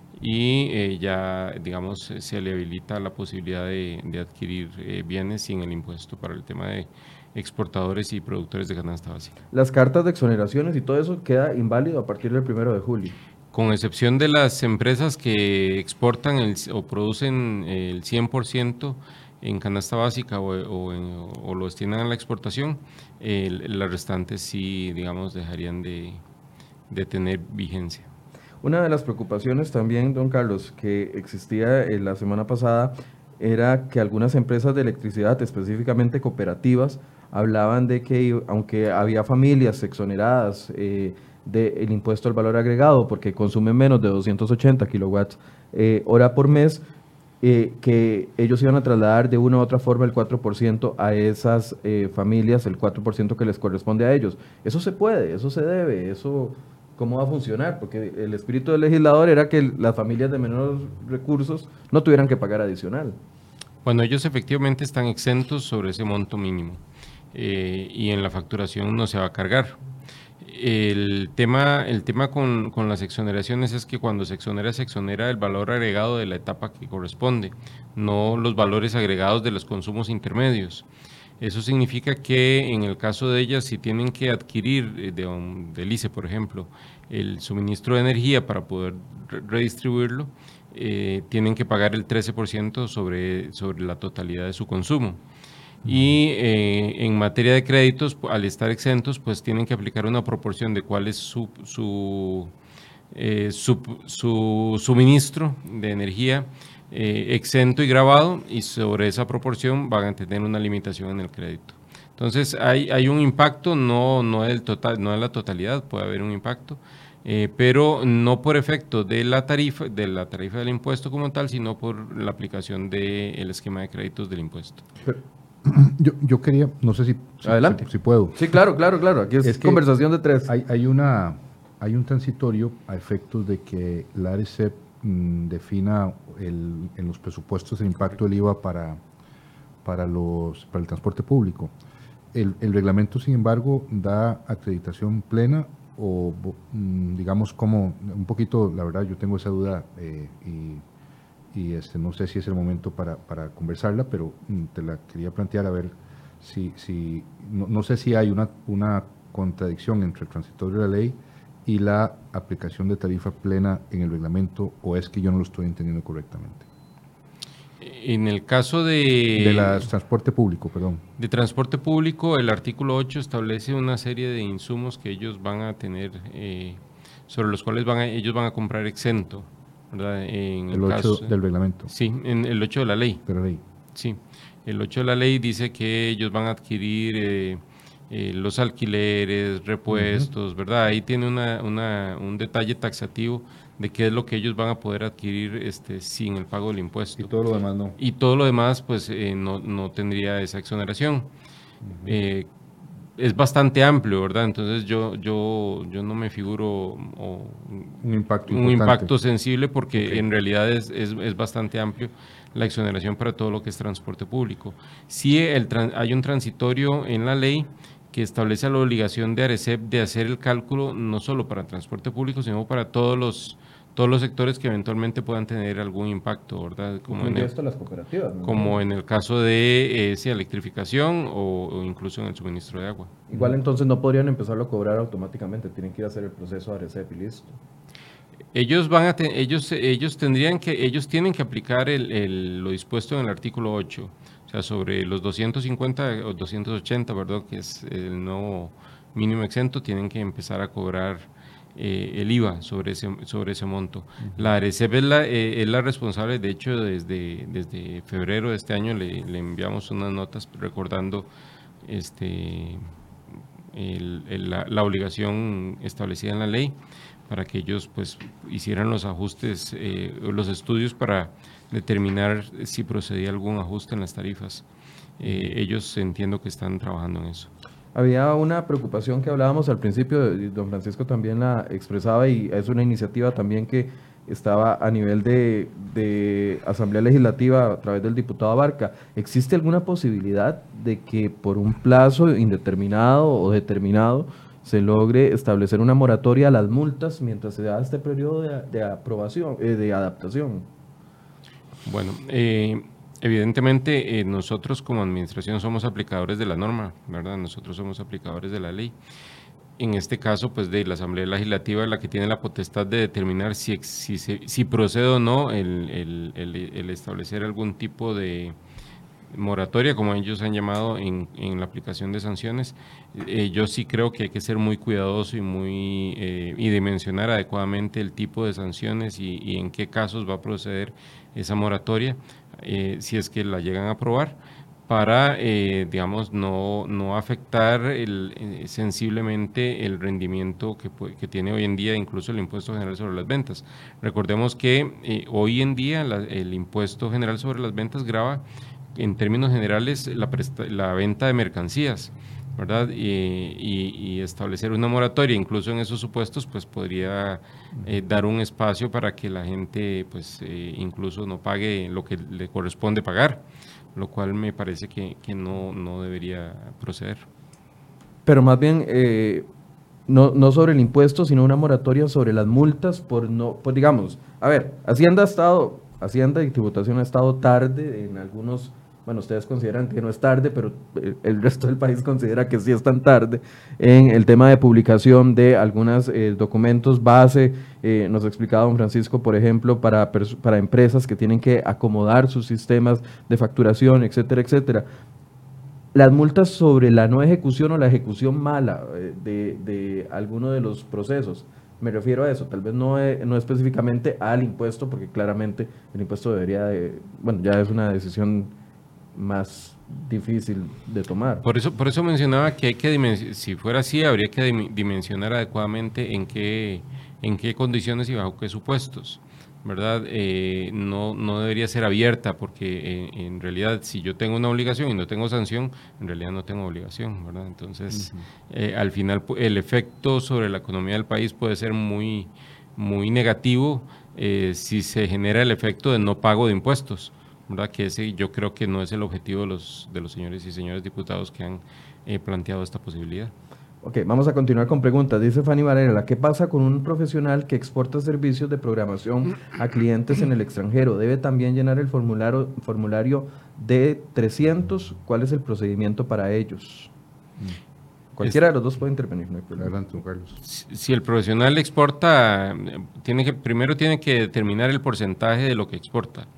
y ya, digamos, se le habilita la posibilidad de adquirir bienes sin el impuesto para el tema de exportadores y productores de canasta básica. Las cartas de exoneraciones y todo eso queda inválido a partir del 1 de julio. Con excepción de las empresas que exportan o producen el 100% en canasta básica o lo destinan a la exportación, las restantes sí, digamos, dejarían de tener vigencia. Una de las preocupaciones también, don Carlos, que existía la semana pasada era que algunas empresas de electricidad, específicamente cooperativas, hablaban de que aunque había familias exoneradas del impuesto al valor agregado porque consumen menos de 280 kilowatts hora por mes, que ellos iban a trasladar de una u otra forma el 4% a esas familias, el 4% que les corresponde a ellos. Eso se puede, eso se debe, eso... ¿Cómo va a funcionar? Porque el espíritu del legislador era que las familias de menores recursos no tuvieran que pagar adicional. Bueno, ellos efectivamente están exentos sobre ese monto mínimo y en la facturación no se va a cargar. El tema con las exoneraciones es que cuando se exonera el valor agregado de la etapa que corresponde, no los valores agregados de los consumos intermedios. Eso significa que en el caso de ellas, si tienen que adquirir del ICE, por ejemplo, el suministro de energía para poder redistribuirlo, tienen que pagar el 13% sobre la totalidad de su consumo. Y en materia de créditos, al estar exentos, pues tienen que aplicar una proporción de cuál es su suministro de energía exento y grabado, y sobre esa proporción van a tener una limitación en el crédito. Entonces hay un impacto, no es la totalidad, puede haber un impacto, pero no por efecto de la tarifa del impuesto como tal, sino por la aplicación del esquema de créditos del impuesto. Yo quería, no sé Adelante. si puedo. Sí, claro. Aquí es conversación de tres. Hay un transitorio a efectos de que la ARECEP defina en los presupuestos el impacto del IVA para el transporte público. El reglamento, sin embargo, da acreditación plena o, digamos, como un poquito, la verdad, yo tengo esa duda y no sé si es el momento para conversarla, pero te la quería plantear a ver si no sé si hay una contradicción entre el transitorio de la ley y la aplicación de tarifa plena en el reglamento, o es que yo no lo estoy entendiendo correctamente. En el caso de transporte público, perdón. De transporte público, el artículo 8 establece una serie de insumos que ellos van a tener, sobre los cuales ellos van a comprar exento, ¿verdad? En el 8 del reglamento. Sí, en el 8 de la ley. De la ley. Sí, el 8 de la ley dice que ellos van a adquirir los alquileres, repuestos, ¿verdad? Ahí tiene un detalle taxativo de qué es lo que ellos van a poder adquirir sin el pago del impuesto. Y todo lo demás no. Y todo lo demás, pues, no tendría esa exoneración. Es bastante amplio, ¿verdad? Entonces yo no me figuro un impacto sensible, porque en realidad es bastante amplio la exoneración para todo lo que es transporte público. Sí, hay un transitorio en la ley que establece la obligación de ARECEP de hacer el cálculo no solo para transporte público, sino para todos los sectores que eventualmente puedan tener algún impacto, ¿verdad? Las cooperativas, ¿no? Como en el caso de electrificación o incluso en el suministro de agua. Igual entonces no podrían empezarlo a cobrar automáticamente, tienen que ir a hacer el proceso de ARECEP y listo. Ellos tienen que aplicar lo dispuesto en el artículo 8, o sea, sobre los 250 o 280, ¿verdad?, que es el nuevo mínimo exento, tienen que empezar a cobrar el IVA sobre ese monto. La ARECEP es la responsable. De hecho, desde febrero de este año le enviamos unas notas recordando la obligación establecida en la ley, para que ellos pues hicieran los ajustes, los estudios para determinar si procedía algún ajuste en las tarifas. Ellos entiendo que están trabajando en eso. Había una preocupación que hablábamos al principio, don Francisco también la expresaba, y es una iniciativa también que estaba a nivel de Asamblea Legislativa a través del diputado Abarca. ¿Existe alguna posibilidad de que por un plazo indeterminado o determinado se logre establecer una moratoria a las multas mientras se da este periodo de aprobación, de adaptación? Bueno, evidentemente nosotros como administración somos aplicadores de la norma, ¿verdad? Nosotros somos aplicadores de la ley. En este caso, pues de la Asamblea Legislativa es la que tiene la potestad de determinar si procede o no el establecer algún tipo de moratoria, como ellos han llamado, en la aplicación de sanciones. Yo sí creo que hay que ser muy cuidadoso y dimensionar adecuadamente el tipo de sanciones y en qué casos va a proceder esa moratoria, si es que la llegan a aprobar, para, digamos, no afectar sensiblemente el rendimiento que tiene hoy en día incluso el impuesto general sobre las ventas. Recordemos que hoy en día el impuesto general sobre las ventas grava en términos generales la venta de mercancías, ¿verdad? Y establecer una moratoria incluso en esos supuestos pues podría dar un espacio para que la gente pues incluso no pague lo que le corresponde pagar, lo cual me parece que no debería proceder. Pero más bien no sobre el impuesto, sino una moratoria sobre las multas digamos, a ver, Hacienda y Tributación ha estado tarde en algunos, bueno, ustedes consideran que no es tarde, pero el resto del país considera que sí es tan tarde en el tema de publicación de algunos documentos base. Nos explicaba don Francisco, por ejemplo, para empresas que tienen que acomodar sus sistemas de facturación, etcétera, etcétera. Las multas sobre la no ejecución o la ejecución mala de alguno de los procesos, me refiero a eso, tal vez no específicamente al impuesto, porque claramente el impuesto bueno, ya es una decisión más difícil de tomar. Por eso mencionaba que si fuera así, habría que dimensionar adecuadamente en qué condiciones y bajo qué supuestos, ¿verdad? No debería ser abierta, porque en realidad, si yo tengo una obligación y no tengo sanción, en realidad no tengo obligación, ¿verdad? Entonces, al final, el efecto sobre la economía del país puede ser muy, muy negativo si se genera el efecto de no pago de impuestos, ¿verdad? Que ese yo creo que no es el objetivo de los señores y señores diputados que han planteado esta posibilidad. Ok, vamos a continuar con preguntas. Dice Fanny Varela, ¿qué pasa con un profesional que exporta servicios de programación a clientes en el extranjero? ¿Debe también llenar el formulario D300? ¿Cuál es el procedimiento para ellos? Cualquiera de los dos puede intervenir, no hay problema. Adelante, don Carlos. Si el profesional exporta, primero tiene que determinar el porcentaje de lo que exporta.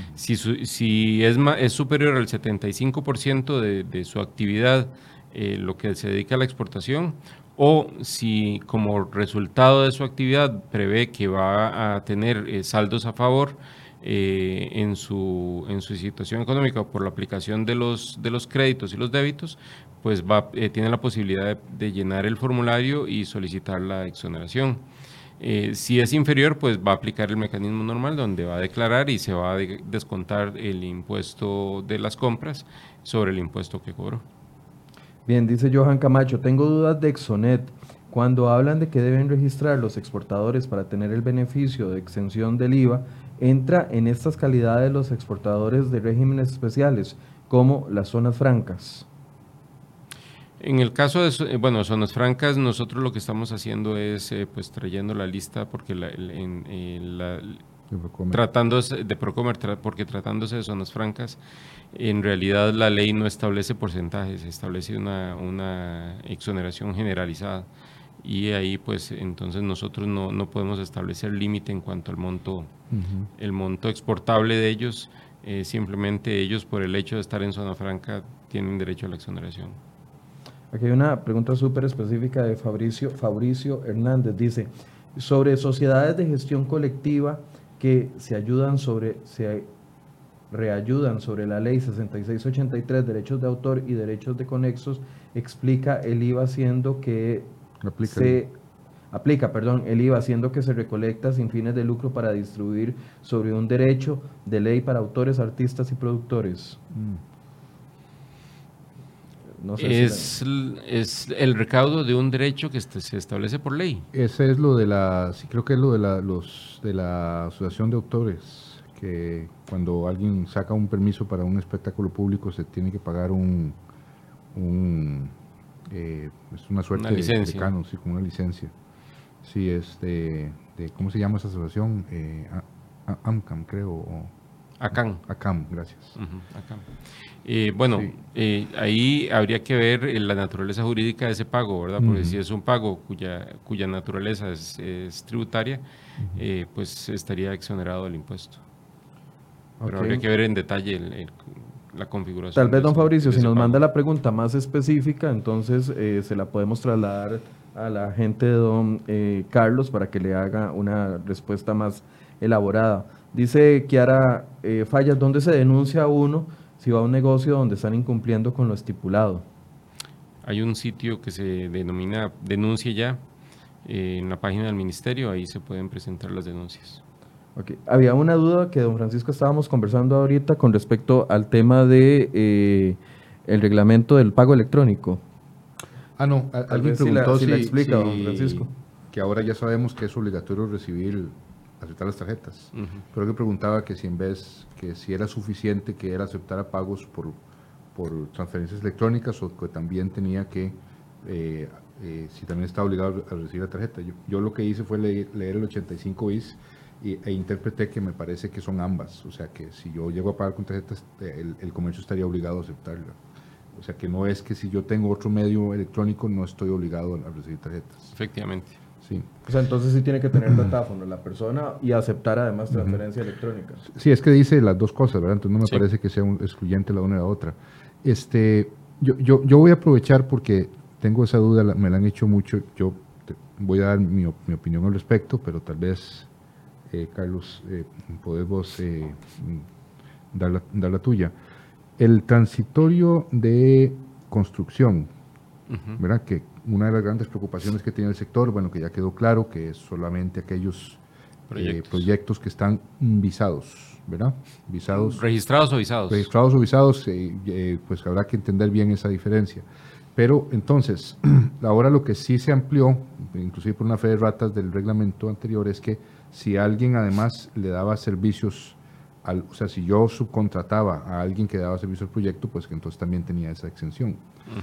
Si es superior al 75% de su actividad, lo que se dedica a la exportación, o si como resultado de su actividad prevé que va a tener saldos a favor en su situación económica por la aplicación de los créditos y los débitos, pues tiene la posibilidad de llenar el formulario y solicitar la exoneración. Si es inferior, pues va a aplicar el mecanismo normal, donde va a declarar y se va a descontar el impuesto de las compras sobre el impuesto que cobró. Bien, dice Johan Camacho, tengo dudas de Exonet. Cuando hablan de que deben registrar los exportadores para tener el beneficio de exención del IVA, entra en estas calidades los exportadores de regímenes especiales, como las zonas francas. En el caso de zonas francas, nosotros lo que estamos haciendo es pues trayendo la lista, porque tratándose de Procomer, porque tratándose de zonas francas, en realidad la ley no establece porcentajes, establece una exoneración generalizada, y ahí pues entonces nosotros no podemos establecer límite en cuanto al monto, el monto exportable de ellos. Simplemente ellos, por el hecho de estar en zona franca, tienen derecho a la exoneración. Aquí hay una pregunta súper específica de Fabricio Hernández. Dice, sobre sociedades de gestión colectiva que se reayudan sobre la ley 6683, derechos de autor y derechos de conexos, explica el IVA siendo que el IVA siendo que se recolecta sin fines de lucro para distribuir sobre un derecho de ley para autores, artistas y productores. No sé es el recaudo de un derecho que se establece por ley. Ese es lo de creo que es lo de la asociación de autores, que cuando alguien saca un permiso para un espectáculo público se tiene que pagar es una suerte de canon, sí, como una licencia. Sí, ¿cómo se llama esa asociación? AMCAM, creo. ACAM, gracias. ACAM. Ahí habría que ver la naturaleza jurídica de ese pago, ¿verdad? Porque si es un pago cuya naturaleza es tributaria, pues estaría exonerado del impuesto. Pero habría que ver en detalle la configuración. Tal vez, don Fabricio, si nos manda la pregunta más específica, entonces se la podemos trasladar a la gente de don Carlos para que le haga una respuesta más elaborada. Dice Kiara Fallas, ¿dónde se denuncia uno si va a un negocio donde están incumpliendo con lo estipulado? Hay un sitio que se denomina Denuncie Ya, en la página del ministerio, ahí se pueden presentar las denuncias. Okay. Había una duda que don Francisco estábamos conversando ahorita con respecto al tema de el reglamento del pago electrónico. No, alguien preguntó si la explica, don Francisco. Que ahora ya sabemos que es obligatorio aceptar las tarjetas. Pero que preguntaba que si era suficiente que él aceptara pagos por transferencias electrónicas, o que también tenía que si también está obligado a recibir la tarjeta. Yo lo que hice fue leer el 85 bis e interpreté que me parece que son ambas. O sea, que si yo llego a pagar con tarjetas, el comercio estaría obligado a aceptarla. O sea, que no es que si yo tengo otro medio electrónico no estoy obligado a recibir tarjetas. Efectivamente. Sí. O sea, entonces sí tiene que tener datáfono la persona y aceptar además transferencia electrónica. Sí, es que dice las dos cosas, ¿verdad? Entonces no me Sí. parece que sea excluyente la una y la otra. Yo voy a aprovechar porque tengo esa duda, me la han hecho mucho. Voy a dar mi opinión al respecto, pero tal vez, Carlos, podés vos dar la tuya. El transitorio de construcción, ¿verdad? Que una de las grandes preocupaciones que tiene el sector, bueno, que ya quedó claro, que es solamente aquellos proyectos que están visados, ¿verdad? Visados. ¿Registrados o visados? Registrados o visados, pues habrá que entender bien esa diferencia. Pero entonces, ahora lo que sí se amplió, inclusive por una fe de ratas del reglamento anterior, es que si alguien además le daba servicios, o sea, si yo subcontrataba a alguien que daba servicio al proyecto, pues que entonces también tenía esa exención.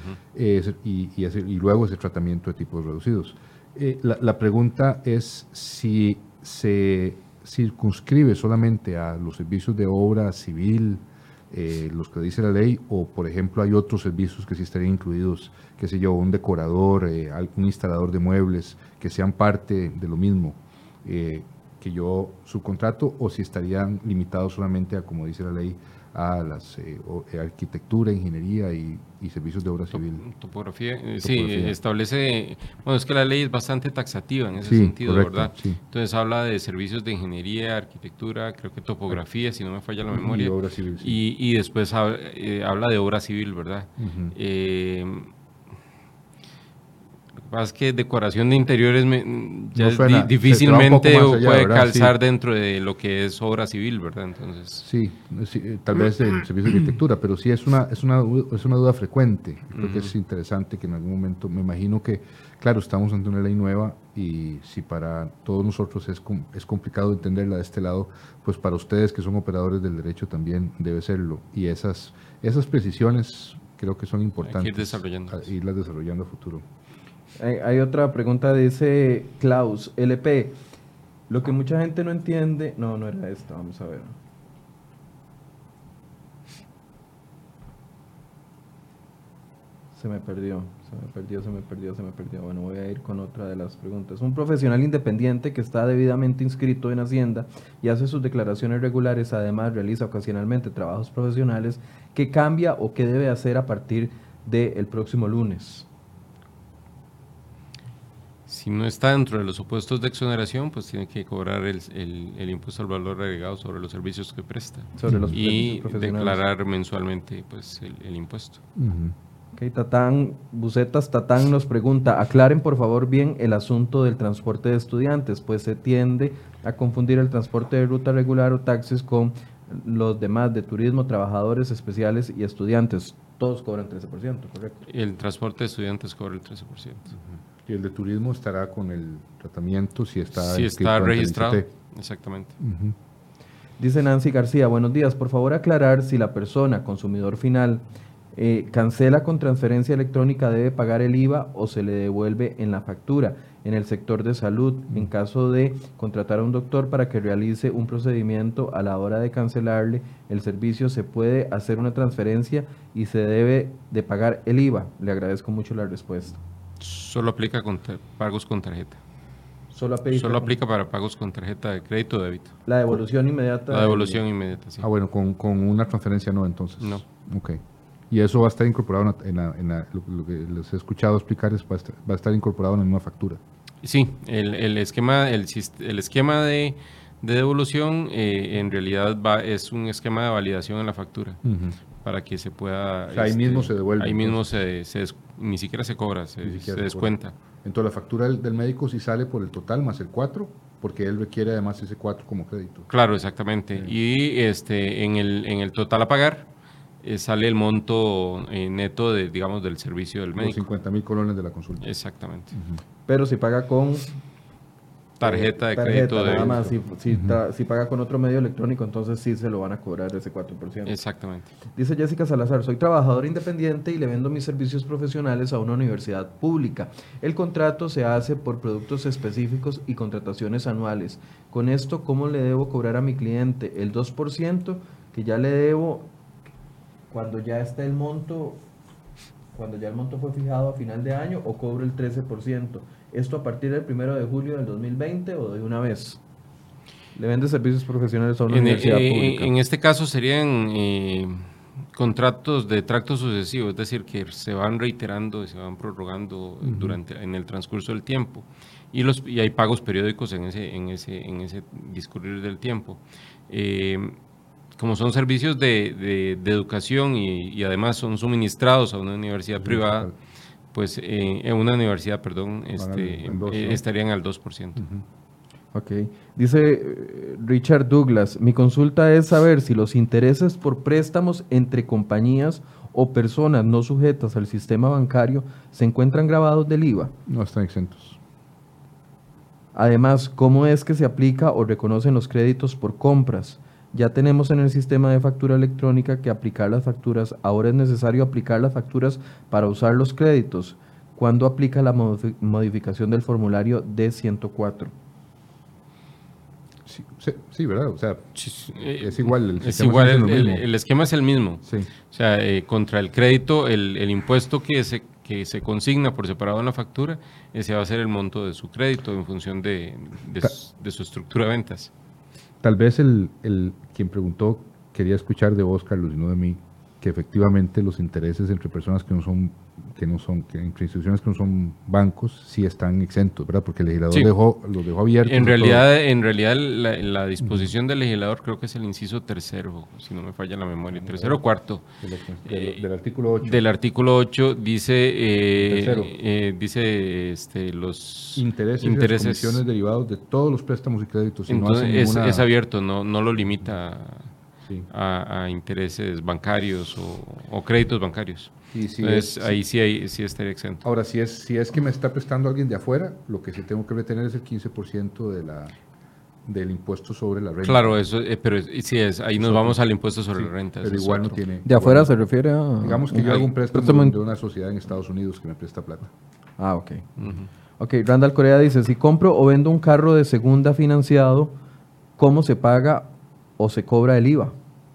Y luego ese tratamiento de tipos reducidos. La pregunta es si se circunscribe solamente a los servicios de obra civil, los que dice la ley, o por ejemplo hay otros servicios que sí estarían incluidos, qué sé yo, un decorador, un instalador de muebles, que sean parte de lo mismo que yo subcontrato, o si estarían limitados solamente a, como dice la ley, a las arquitectura, ingeniería y servicios de obra civil. Topografía. Sí, establece, bueno, es que la ley es bastante taxativa en ese Sí, sentido, correcto, ¿verdad? sí. Entonces habla de servicios de ingeniería, arquitectura, creo que topografía, si no me falla la memoria. Y obra civil, sí. Y después habla de obra civil, ¿verdad? Lo que pasa es que decoración de interiores ya No suena, difícilmente se va un poco más allá, puede ¿verdad? calzar Sí. dentro de lo que es obra civil, ¿verdad? Entonces, Sí, tal vez el servicio de arquitectura, pero sí es una duda frecuente. Creo que es interesante que en algún momento, me imagino que, claro, estamos ante una ley nueva y si para todos nosotros es complicado entenderla de este lado, pues para ustedes que son operadores del derecho también debe serlo. Y esas precisiones creo que son importantes. Irlas desarrollando a futuro. Hay otra pregunta, dice Klaus, LP. Lo que mucha gente no entiende... No era esta, vamos a ver. Se me perdió. Bueno, voy a ir con otra de las preguntas. Un profesional independiente que está debidamente inscrito en Hacienda y hace sus declaraciones regulares, además realiza ocasionalmente trabajos profesionales, ¿qué cambia o qué debe hacer a partir del próximo lunes? Si no está dentro de los supuestos de exoneración, pues tiene que cobrar el impuesto al valor agregado sobre los servicios que presta y declarar mensualmente pues el impuesto. Ok, Bucetas Tatán nos pregunta, aclaren por favor bien el asunto del transporte de estudiantes, pues se tiende a confundir el transporte de ruta regular o taxis con los demás de turismo, trabajadores especiales y estudiantes. Todos cobran 13%, ¿correcto? El transporte de estudiantes cobra el 13%. Y el de turismo estará con el tratamiento si está registrado. Exactamente. Dice Nancy García, buenos días, por favor aclarar si la persona, consumidor final, cancela con transferencia electrónica, debe pagar el IVA o se le devuelve en la factura. En el sector de salud, en caso de contratar a un doctor para que realice un procedimiento, a la hora de cancelarle el servicio se puede hacer una transferencia y se debe de pagar el IVA. Le agradezco mucho la respuesta. Solo aplica con pagos con tarjeta. Solo aplica para pagos con tarjeta de crédito o débito. La devolución inmediata. La devolución inmediata, sí. Bueno, con una transferencia no, entonces. No. Ok. Y eso va a estar incorporado lo que les he escuchado explicar, va a estar incorporado en la misma factura. Sí, el esquema de devolución en realidad es un esquema de validación en la factura para que se pueda... O sea, ahí mismo se devuelve. Ahí mismo ni siquiera se cobra, se descuenta. Entonces la factura del médico sí sale por el total más el 4, porque él requiere además ese 4 como crédito. Claro, exactamente. Sí. Y en el total a pagar sale el monto neto del servicio del médico. Los 50,000 colones de la consulta. Exactamente. Pero si paga con tarjeta de crédito. Nada más, si paga con otro medio electrónico, entonces sí se lo van a cobrar ese 4%. Exactamente. Dice Jessica Salazar, soy trabajadora independiente y le vendo mis servicios profesionales a una universidad pública. El contrato se hace por productos específicos y contrataciones anuales. Con esto, ¿cómo le debo cobrar a mi cliente? El 2% que ya le debo cuando ya está el monto, cuando ya el monto fue fijado a final de año, o cobro el 13%. ¿Esto a partir del 1 de julio del 2020 o de una vez? Le vende servicios profesionales a una universidad pública. En este caso serían contratos de tracto sucesivo, es decir, que se van reiterando y se van prorrogando en el transcurso del tiempo. Y hay pagos periódicos en ese discurrir del tiempo. Como son servicios de educación y además son suministrados a una universidad privada, pues en una universidad, estarían al 2%. Ok. Dice Richard Douglas, mi consulta es saber si los intereses por préstamos entre compañías o personas no sujetas al sistema bancario se encuentran grabados del IVA. No están exentos. Además, ¿cómo es que se aplica o reconocen los créditos por compras? Ya tenemos en el sistema de factura electrónica que aplicar las facturas. Ahora es necesario aplicar las facturas para usar los créditos. ¿Cuándo aplica la modificación del formulario D104? Sí, ¿verdad? O sea, es igual. El esquema es el mismo. Sí. O sea, contra el crédito, el impuesto que se consigna por separado en la factura, ese va a ser el monto de su crédito en función de su estructura de ventas. Tal vez quien preguntó quería escuchar de vos, Carlos, y no de mí, que efectivamente los intereses entre personas que entre instituciones que no son bancos sí están exentos, ¿verdad? Porque el legislador los dejó abiertos. En realidad la disposición del legislador creo que es el inciso 3º, si no me falla la memoria, 3º o 4º. Del artículo 8. Del artículo 8 dice los intereses y las comisiones derivados de todos los préstamos y créditos. Entonces es abierto, no lo limita a intereses bancarios o créditos bancarios. Entonces ahí sí estaría exento. Ahora, si es que me está prestando alguien de afuera, lo que sí tengo que retener es el 15% del impuesto sobre la renta. Claro, pero sí ahí nos vamos al impuesto sobre la renta. Pero igual no tiene... ¿De afuera se refiere a...? Digamos que yo hago un préstamo de una sociedad en Estados Unidos que me presta plata. Ah, ok. Ok, Randall Corea dice, si compro o vendo un carro de segunda financiado, ¿cómo se paga o se cobra el IVA?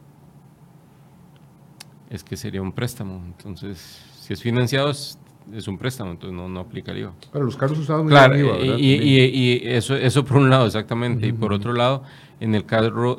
Es que sería un préstamo, entonces si es financiado es un préstamo, entonces no aplica el IVA. Pero los carros usados no claro, llevan IVA, ¿verdad? Y eso por un lado, exactamente, y por otro lado, en el caso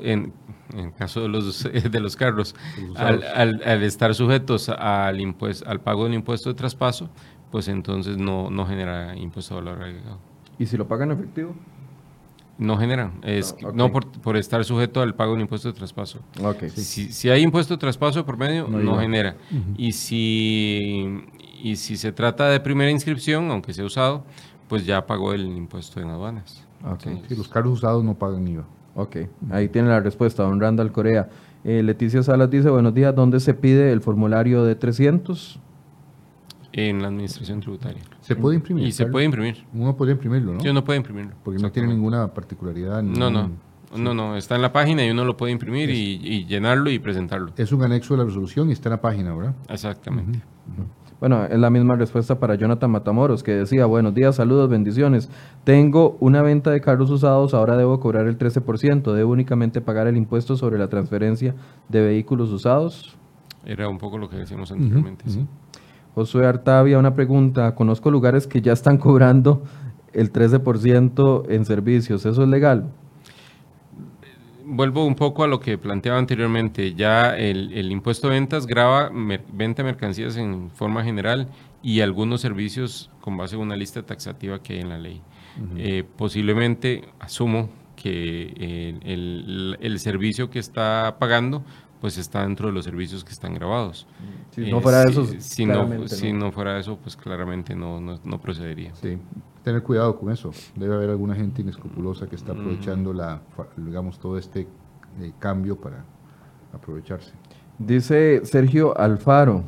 de los carros, al estar sujetos al pago del impuesto de traspaso, pues entonces no genera impuesto de valor agregado. ¿Y si lo pagan en efectivo? No generan, no por estar sujeto al pago del impuesto de traspaso. Okay. Si hay impuesto de traspaso por medio, no genera. Y si se trata de primera inscripción, aunque sea usado, pues ya pagó el impuesto en aduanas. Okay. Sí, los carros usados no pagan IVA. Ok, ahí tiene la respuesta, don Randall Corea. Leticia Salas dice, buenos días, ¿dónde se pide el formulario de 300? En la administración tributaria. ¿Se puede imprimir? Y se puede imprimir. Uno puede imprimirlo, ¿no? Sí, uno puede imprimirlo. Porque no tiene ninguna particularidad. No, está en la página y uno lo puede imprimir y llenarlo y presentarlo. Es un anexo de la resolución y está en la página, ¿verdad? Exactamente. Bueno, es la misma respuesta para Jonathan Matamoros, que decía, buenos días, saludos, bendiciones. Tengo una venta de carros usados, ahora debo cobrar el 13%. ¿Debo únicamente pagar el impuesto sobre la transferencia de vehículos usados? Era un poco lo que decíamos anteriormente, sí. Josué Artavia, una pregunta. Conozco lugares que ya están cobrando el 13% en servicios. ¿Eso es legal? Vuelvo un poco a lo que planteaba anteriormente. Ya el impuesto de ventas grava venta de mercancías en forma general y algunos servicios con base en una lista taxativa que hay en la ley. Posiblemente, asumo que el servicio que está pagando pues está dentro de los servicios que están grabados. Si no fuera eso, si no fuera eso, pues claramente no procedería. Sí, tener cuidado con eso. Debe haber alguna gente inescrupulosa que está aprovechando todo este cambio para aprovecharse. Dice Sergio Alfaro,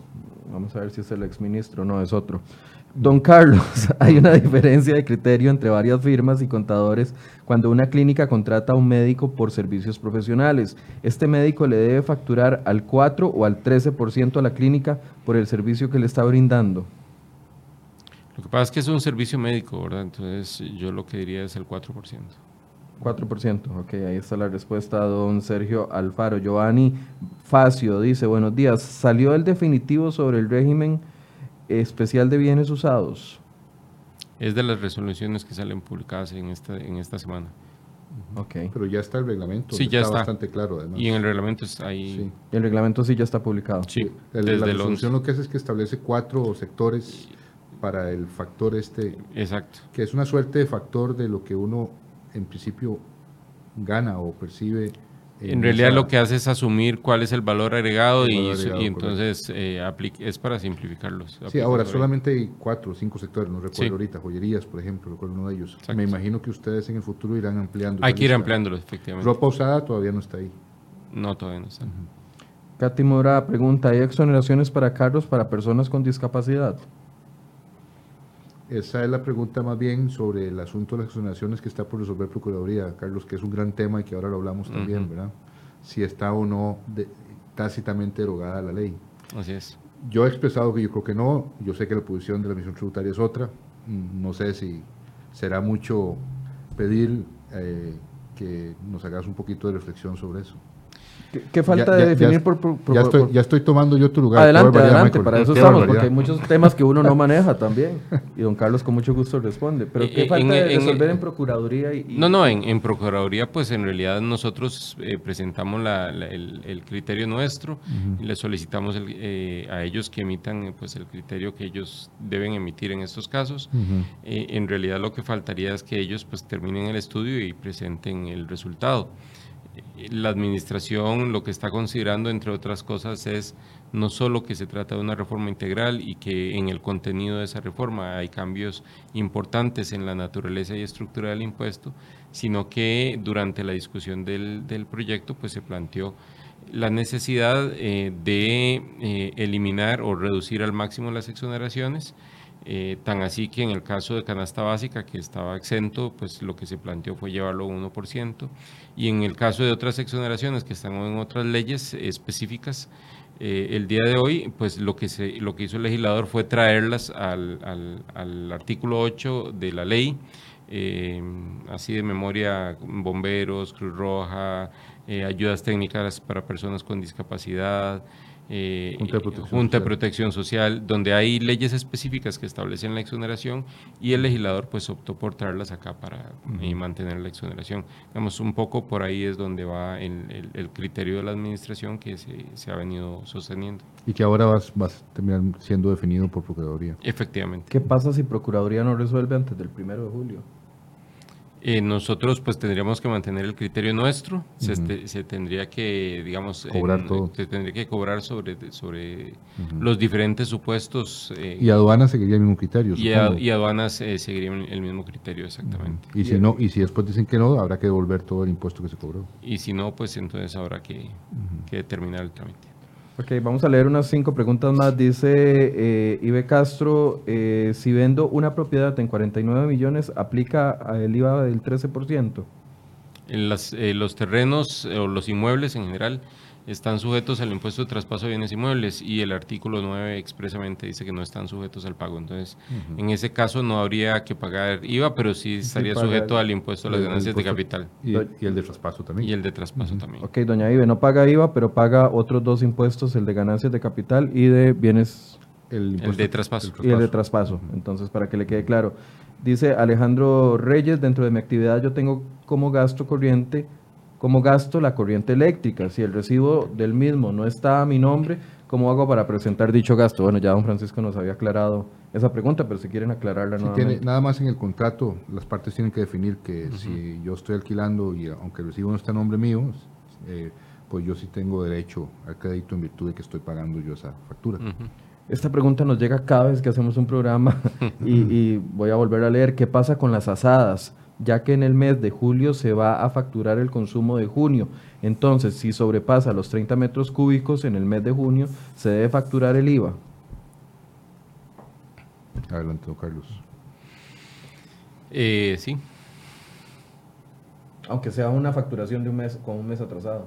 Vamos a ver si es el exministro, no, es otro. Don Carlos, hay una diferencia de criterio entre varias firmas y contadores cuando una clínica contrata a un médico por servicios profesionales. ¿Este médico le debe facturar al 4 o al 13% a la clínica por el servicio que le está brindando? Lo que pasa es que es un servicio médico, ¿verdad? Entonces yo lo que diría es el 4%. 4%, ok, ahí está la respuesta, don Sergio Alfaro. Giovanni Facio dice, buenos días, ¿salió el definitivo sobre el régimen especial de bienes usados? Es de las resoluciones que salen publicadas en esta semana. Okay. Pero ya está el reglamento. Sí, ya está bastante claro, además. Y en el reglamento está ahí. Sí. El reglamento sí ya está publicado. Sí, la resolución lo que hace es que establece 4 sectores para el factor Exacto. que es una suerte de factor de lo que uno en principio gana o percibe. En realidad lo que hace es asumir cuál es el valor agregado y entonces es para simplificarlos. Sí, ahora solamente hay 4 o 5 sectores, no recuerdo Sí. ahorita, joyerías, por ejemplo, recuerdo uno de ellos. Exacto. Me imagino que ustedes en el futuro irán ampliando. Hay que ir ampliándolos, efectivamente. Ropa usada todavía no está ahí. No, todavía no está. Katy Mora pregunta, ¿hay exoneraciones para carros para personas con discapacidad? Esa es la pregunta más bien sobre el asunto de las exoneraciones que está por resolver Procuraduría, Carlos, que es un gran tema y que ahora lo hablamos también, ¿verdad? Si está o no tácitamente derogada la ley. Así es. Yo he expresado que yo creo que no, yo sé que la posición de la Administración Tributaria es otra, no sé si será mucho pedir que nos hagas un poquito de reflexión sobre eso. ¿Qué falta de definir ya estoy tomando yo tu lugar. Adelante, adelante, para eso estamos, porque hay muchos temas que uno no maneja también. Y don Carlos con mucho gusto responde. Pero ¿qué falta de resolver en Procuraduría? En Procuraduría, pues en realidad nosotros presentamos el criterio nuestro y le solicitamos a ellos que emitan pues el criterio que ellos deben emitir en estos casos. En realidad lo que faltaría es que ellos pues terminen el estudio y presenten el resultado. La administración lo que está considerando, entre otras cosas, es no solo que se trata de una reforma integral y que en el contenido de esa reforma hay cambios importantes en la naturaleza y estructura del impuesto, sino que durante la discusión del proyecto pues se planteó la necesidad de eliminar o reducir al máximo las exoneraciones. Tan así que en el caso de canasta básica, que estaba exento, pues lo que se planteó fue llevarlo a 1%, y en el caso de otras exoneraciones que están en otras leyes específicas, el día de hoy, pues lo que hizo el legislador fue traerlas al artículo 8 de la ley, así de memoria, bomberos, Cruz Roja, ayudas técnicas para personas con discapacidad, Junta de Protección Social, donde hay leyes específicas que establecen la exoneración, y el legislador pues optó por traerlas acá para mantener la exoneración. Digamos, un poco por ahí es donde va el criterio de la administración que se ha venido sosteniendo. Y que ahora vas a terminar siendo definido por Procuraduría. Efectivamente. ¿Qué pasa si Procuraduría no resuelve antes del 1 de julio? Nosotros pues tendríamos que mantener el criterio nuestro, se tendría que, digamos, cobrar todo. Se tendría que cobrar sobre los diferentes supuestos. Y aduanas seguiría el mismo criterio, y aduanas seguirían el mismo criterio, exactamente. Y si después dicen que no, habrá que devolver todo el impuesto que se cobró. Y si no, pues entonces habrá que terminar el trámite. Ok, vamos a leer unas 5 preguntas más. Dice Ibe Castro, si vendo una propiedad en 49 millones, ¿aplica el IVA del 13%? Los terrenos o los inmuebles en general están sujetos al impuesto de traspaso de bienes inmuebles, y el artículo 9 expresamente dice que no están sujetos al pago. Entonces, en ese caso no habría que pagar IVA, pero sí estaría sujeto al impuesto a las ganancias de capital. Y el de traspaso también. Y el de traspaso también. Ok, doña Ibe, no paga IVA, pero paga otros 2 impuestos, el de ganancias de capital y de bienes... El de traspaso. Y el de traspaso, entonces para que le quede claro. Dice Alejandro Reyes, dentro de mi actividad yo tengo como gasto la corriente eléctrica. Si el recibo del mismo no está a mi nombre, ¿cómo hago para presentar dicho gasto? Bueno, ya don Francisco nos había aclarado esa pregunta, pero si quieren aclararla nuevamente. Nada más en el contrato, las partes tienen que definir que si yo estoy alquilando y aunque el recibo no está a nombre mío, pues yo sí tengo derecho al crédito en virtud de que estoy pagando yo esa factura. Esta pregunta nos llega cada vez que hacemos un programa y voy a volver a leer. ¿Qué pasa con las asadas? Ya que en el mes de julio se va a facturar el consumo de junio. Entonces, si sobrepasa los 30 metros cúbicos en el mes de junio, ¿se debe facturar el IVA? Adelante, don Carlos. Sí. Aunque sea una facturación de un mes con un mes atrasado.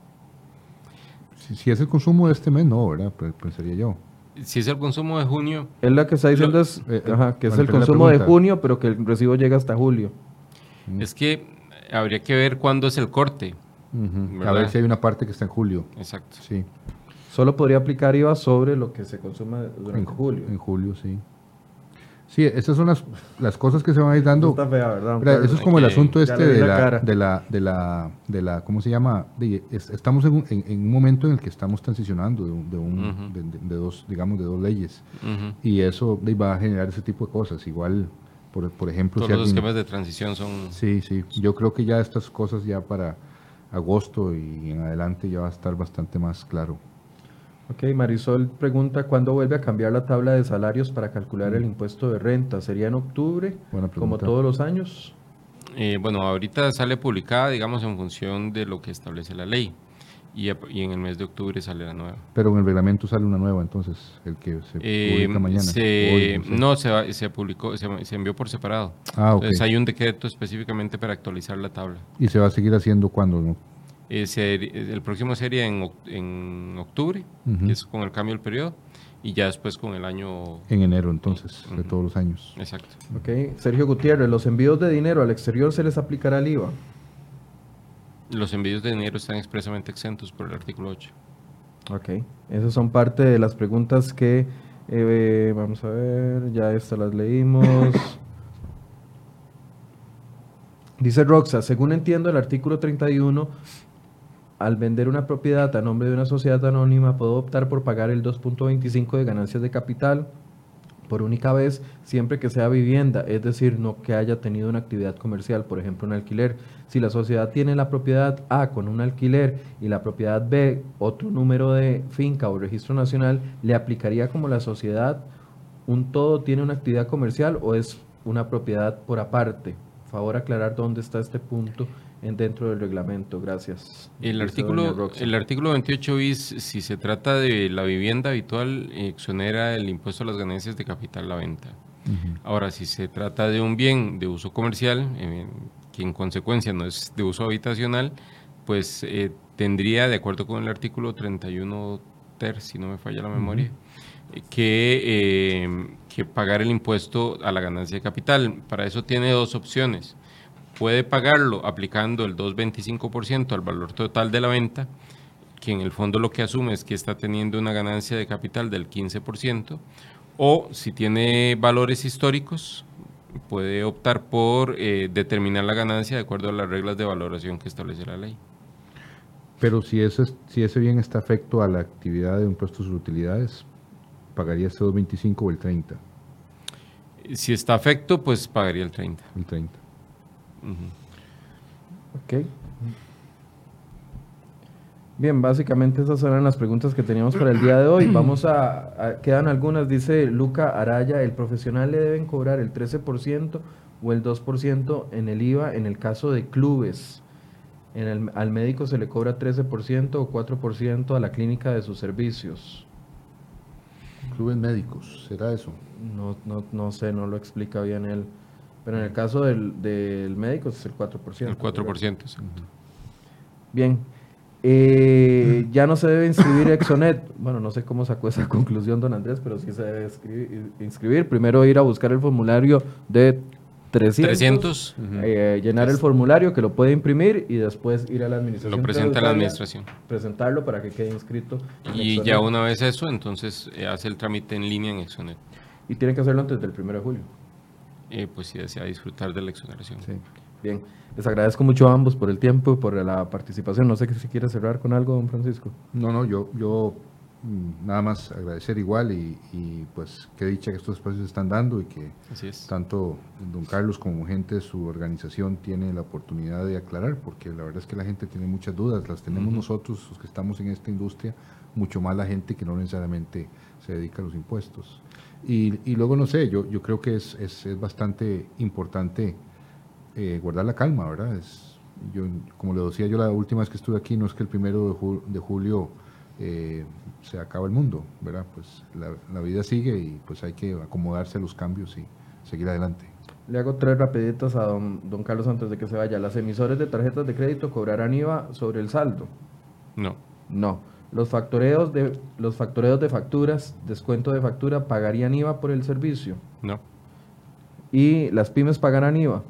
Si es el consumo de este mes, no, ¿verdad? Pensaría yo. Si es el consumo de junio... Él la que está diciendo es que es el consumo de junio, pero que el recibo llega hasta julio. Es que habría que ver cuándo es el corte. A ver si hay una parte que está en julio. Exacto. Sí. Solo podría aplicar IVA sobre lo que se consuma durante julio. En julio, sí. Sí, esas son las cosas que se van a ir dando. Está fea, ¿verdad? Mira, eso es como el asunto este de la ¿cómo se llama? Estamos en un momento en el que estamos transicionando de dos leyes. Y eso va a generar ese tipo de cosas. Igual, por ejemplo... Todos los esquemas de transición son... Sí. Yo creo que ya estas cosas ya para agosto y en adelante ya va a estar bastante más claro. Ok, Marisol pregunta, ¿cuándo vuelve a cambiar la tabla de salarios para calcular el impuesto de renta? ¿Sería en octubre, como todos los años? Bueno, ahorita sale publicada, digamos, en función de lo que establece la ley. Y en el mes de octubre sale la nueva. Pero en el reglamento sale una nueva, entonces, el que se publica mañana. Se publicó, se envió por separado. Ok. Entonces hay un decreto específicamente para actualizar la tabla. ¿Y se va a seguir haciendo cuándo, no? El próximo sería en octubre, que es con el cambio del periodo, y ya después con el año... En enero, entonces, de todos los años. Exacto. Ok, Sergio Gutiérrez, ¿los envíos de dinero al exterior se les aplicará el IVA? Los envíos de dinero están expresamente exentos por el artículo 8. Ok, esas son parte de las preguntas que... vamos a ver, ya estas las leímos. Dice Roxa, según entiendo el artículo 31... al vender una propiedad a nombre de una sociedad anónima, puedo optar por pagar el 2.25 de ganancias de capital por única vez, siempre que sea vivienda, es decir, no que haya tenido una actividad comercial, por ejemplo, un alquiler. Si la sociedad tiene la propiedad A con un alquiler y la propiedad B otro número de finca o registro nacional, ¿le aplicaría como la sociedad un todo tiene una actividad comercial o es una propiedad por aparte? Favor aclarar dónde está este punto dentro del reglamento, gracias. El artículo 28 bis, si se trata de la vivienda habitual, exonera el impuesto a las ganancias de capital a la venta. Ahora, si se trata de un bien de uso comercial, que en consecuencia no es de uso habitacional, pues tendría, de acuerdo con el artículo 31 ter, si no me falla la memoria, que pagar el impuesto a la ganancia de capital. Para eso tiene dos opciones. Puede pagarlo aplicando el 2.25% al valor total de la venta, que en el fondo lo que asume es que está teniendo una ganancia de capital del 15%, o si tiene valores históricos, puede optar por determinar la ganancia de acuerdo a las reglas de valoración que establece la ley. Pero si ese bien está afecto a la actividad de impuestos sobre utilidades, ¿pagaría ese 2.25 o el 30? Si está afecto, pues pagaría el 30. El 30. Ok. Bien, básicamente esas eran las preguntas que teníamos para el día de hoy. Vamos quedan algunas, dice Luca Araya, ¿el profesional le deben cobrar el 13% o el 2% en el IVA en el caso de clubes? Al médico se le cobra 13% o 4% a la clínica de sus servicios. Clubes médicos, ¿será eso? No sé, no lo explica bien él. Pero en el caso del médico es el 4%. El 4%, exacto. Bien. Ya no se debe inscribir Exonet. Bueno, no sé cómo sacó esa conclusión don Andrés, pero sí se debe inscribir. Primero ir a buscar el formulario de 300. Llenar el formulario que lo puede imprimir y después ir a la administración. Lo presenta a la administración. Presentarlo para que quede inscrito. Y ya una vez eso, entonces hace el trámite en línea en Exonet. Y tiene que hacerlo antes del 1 de julio. Pues si desea disfrutar de la exoneración. Sí. Bien, les agradezco mucho a ambos por el tiempo y por la participación. No sé si quiere cerrar con algo, don Francisco. No, yo nada más agradecer igual y pues qué dicha que estos espacios se están dando y que tanto don Carlos como gente de su organización tiene la oportunidad de aclarar, porque la verdad es que la gente tiene muchas dudas, las tenemos nosotros, los que estamos en esta industria, mucho más la gente que no necesariamente se dedica a los impuestos. Y luego, no sé, yo creo que es bastante importante guardar la calma, ¿verdad? Como le decía yo la última vez que estuve aquí, no es que el 1 de julio se acaba el mundo, ¿verdad? Pues la vida sigue y pues hay que acomodarse a los cambios y seguir adelante. Le hago 3 rapiditas a don Carlos antes de que se vaya. ¿Las emisoras de tarjetas de crédito cobrarán IVA sobre el saldo? No. No. Los factoreos de facturas, descuento de factura, ¿pagarían IVA por el servicio? No. ¿Y las pymes pagarán IVA?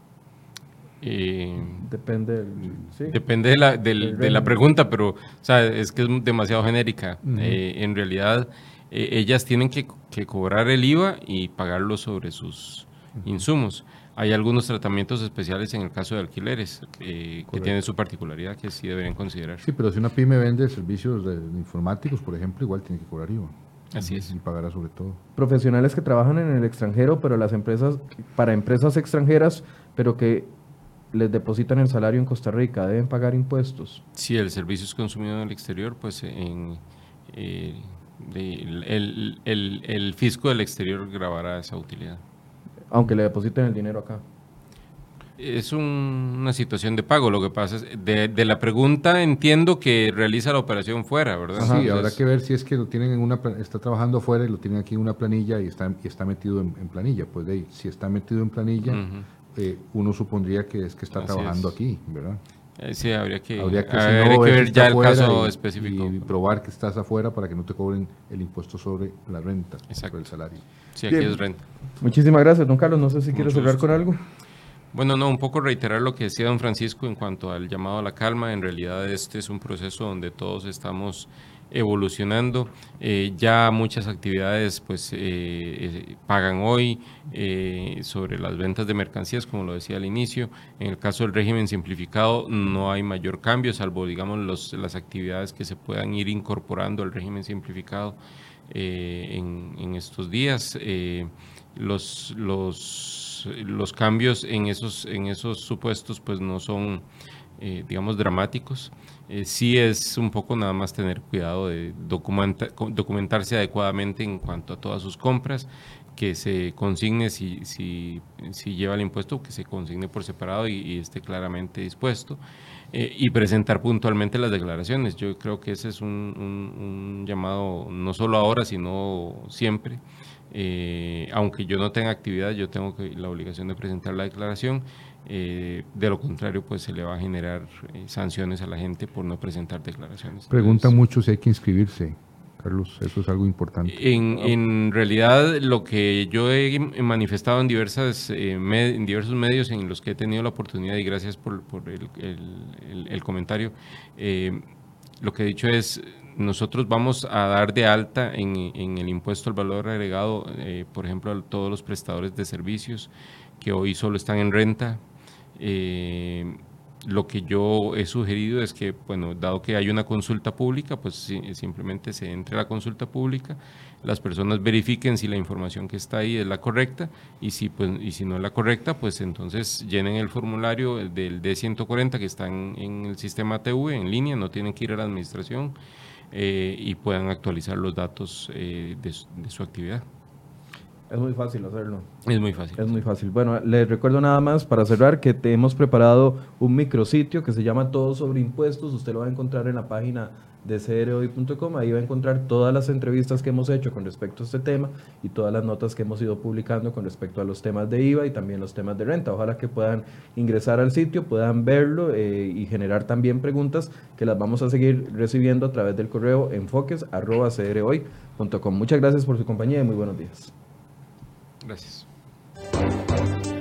Depende ¿sí? Depende de la pregunta, pero o sea, es que es demasiado genérica. En realidad, ellas tienen que cobrar el IVA y pagarlo sobre sus insumos. Hay algunos tratamientos especiales en el caso de alquileres que tienen su particularidad que sí deberían considerar. Sí, pero si una pyme vende servicios informáticos, por ejemplo, igual tiene que cobrar IVA. Así es. Y pagará sobre todo. Profesionales que trabajan en el extranjero, pero para empresas extranjeras, pero que les depositan el salario en Costa Rica, ¿deben pagar impuestos? Si el servicio es consumido en el exterior, pues el fisco del exterior grabará esa utilidad. Aunque le depositen el dinero acá. Es una situación de pago. Lo que pasa es, de la pregunta entiendo que realiza la operación fuera, ¿verdad? Sí, habrá que ver si es que lo tienen está trabajando afuera y lo tienen aquí en una planilla y está metido en planilla. Pues de ahí, si está metido en planilla, uno supondría que es que está trabajando aquí, ¿verdad? Sí, habría que ver ya el caso específico. Y probar que estás afuera para que no te cobren el impuesto sobre la renta, sobre el salario. Sí, aquí es renta. Muchísimas gracias, don Carlos. No sé si quiere cerrar con algo. Bueno, no, un poco reiterar lo que decía don Francisco en cuanto al llamado a la calma. En realidad este es un proceso donde todos estamos evolucionando. Ya muchas actividades pues pagan hoy sobre las ventas de mercancías, como lo decía al inicio. En el caso del régimen simplificado no hay mayor cambio, salvo digamos las actividades que se puedan ir incorporando al régimen simplificado en estos días. Los cambios en esos supuestos pues no son digamos dramáticos. Sí es un poco nada más tener cuidado de documentarse adecuadamente en cuanto a todas sus compras, que se consigne si lleva el impuesto, que se consigne por separado y esté claramente dispuesto, y presentar puntualmente las declaraciones. Yo creo que ese es un llamado no solo ahora sino siempre. Aunque yo no tenga actividad, yo tengo la obligación de presentar la declaración. De lo contrario, pues se le va a generar sanciones a la gente por no presentar declaraciones. Preguntan mucho si hay que inscribirse, Carlos, eso es algo importante. En realidad, lo que yo he manifestado en diversos medios en los que he tenido la oportunidad, y gracias por el comentario, lo que he dicho es: nosotros vamos a dar de alta en el impuesto al valor agregado, por ejemplo, a todos los prestadores de servicios que hoy solo están en renta. Lo que yo he sugerido es que, bueno, dado que hay una consulta pública, pues simplemente se entre a la consulta pública, las personas verifiquen si la información que está ahí es la correcta, y si no es la correcta, pues entonces llenen el formulario del D140 que está en el sistema TV en línea, no tienen que ir a la administración, y puedan actualizar los datos de su actividad. Es muy fácil hacerlo. Es muy fácil. Es muy fácil. Bueno, les recuerdo nada más para cerrar que te hemos preparado un micrositio que se llama Todo sobre Impuestos. Usted lo va a encontrar en la página de crhoy.com. Ahí va a encontrar todas las entrevistas que hemos hecho con respecto a este tema y todas las notas que hemos ido publicando con respecto a los temas de IVA y también los temas de renta. Ojalá que puedan ingresar al sitio, puedan verlo y generar también preguntas que las vamos a seguir recibiendo a través del correo enfoques@crhoy.com. Muchas gracias por su compañía y muy buenos días. Gracias.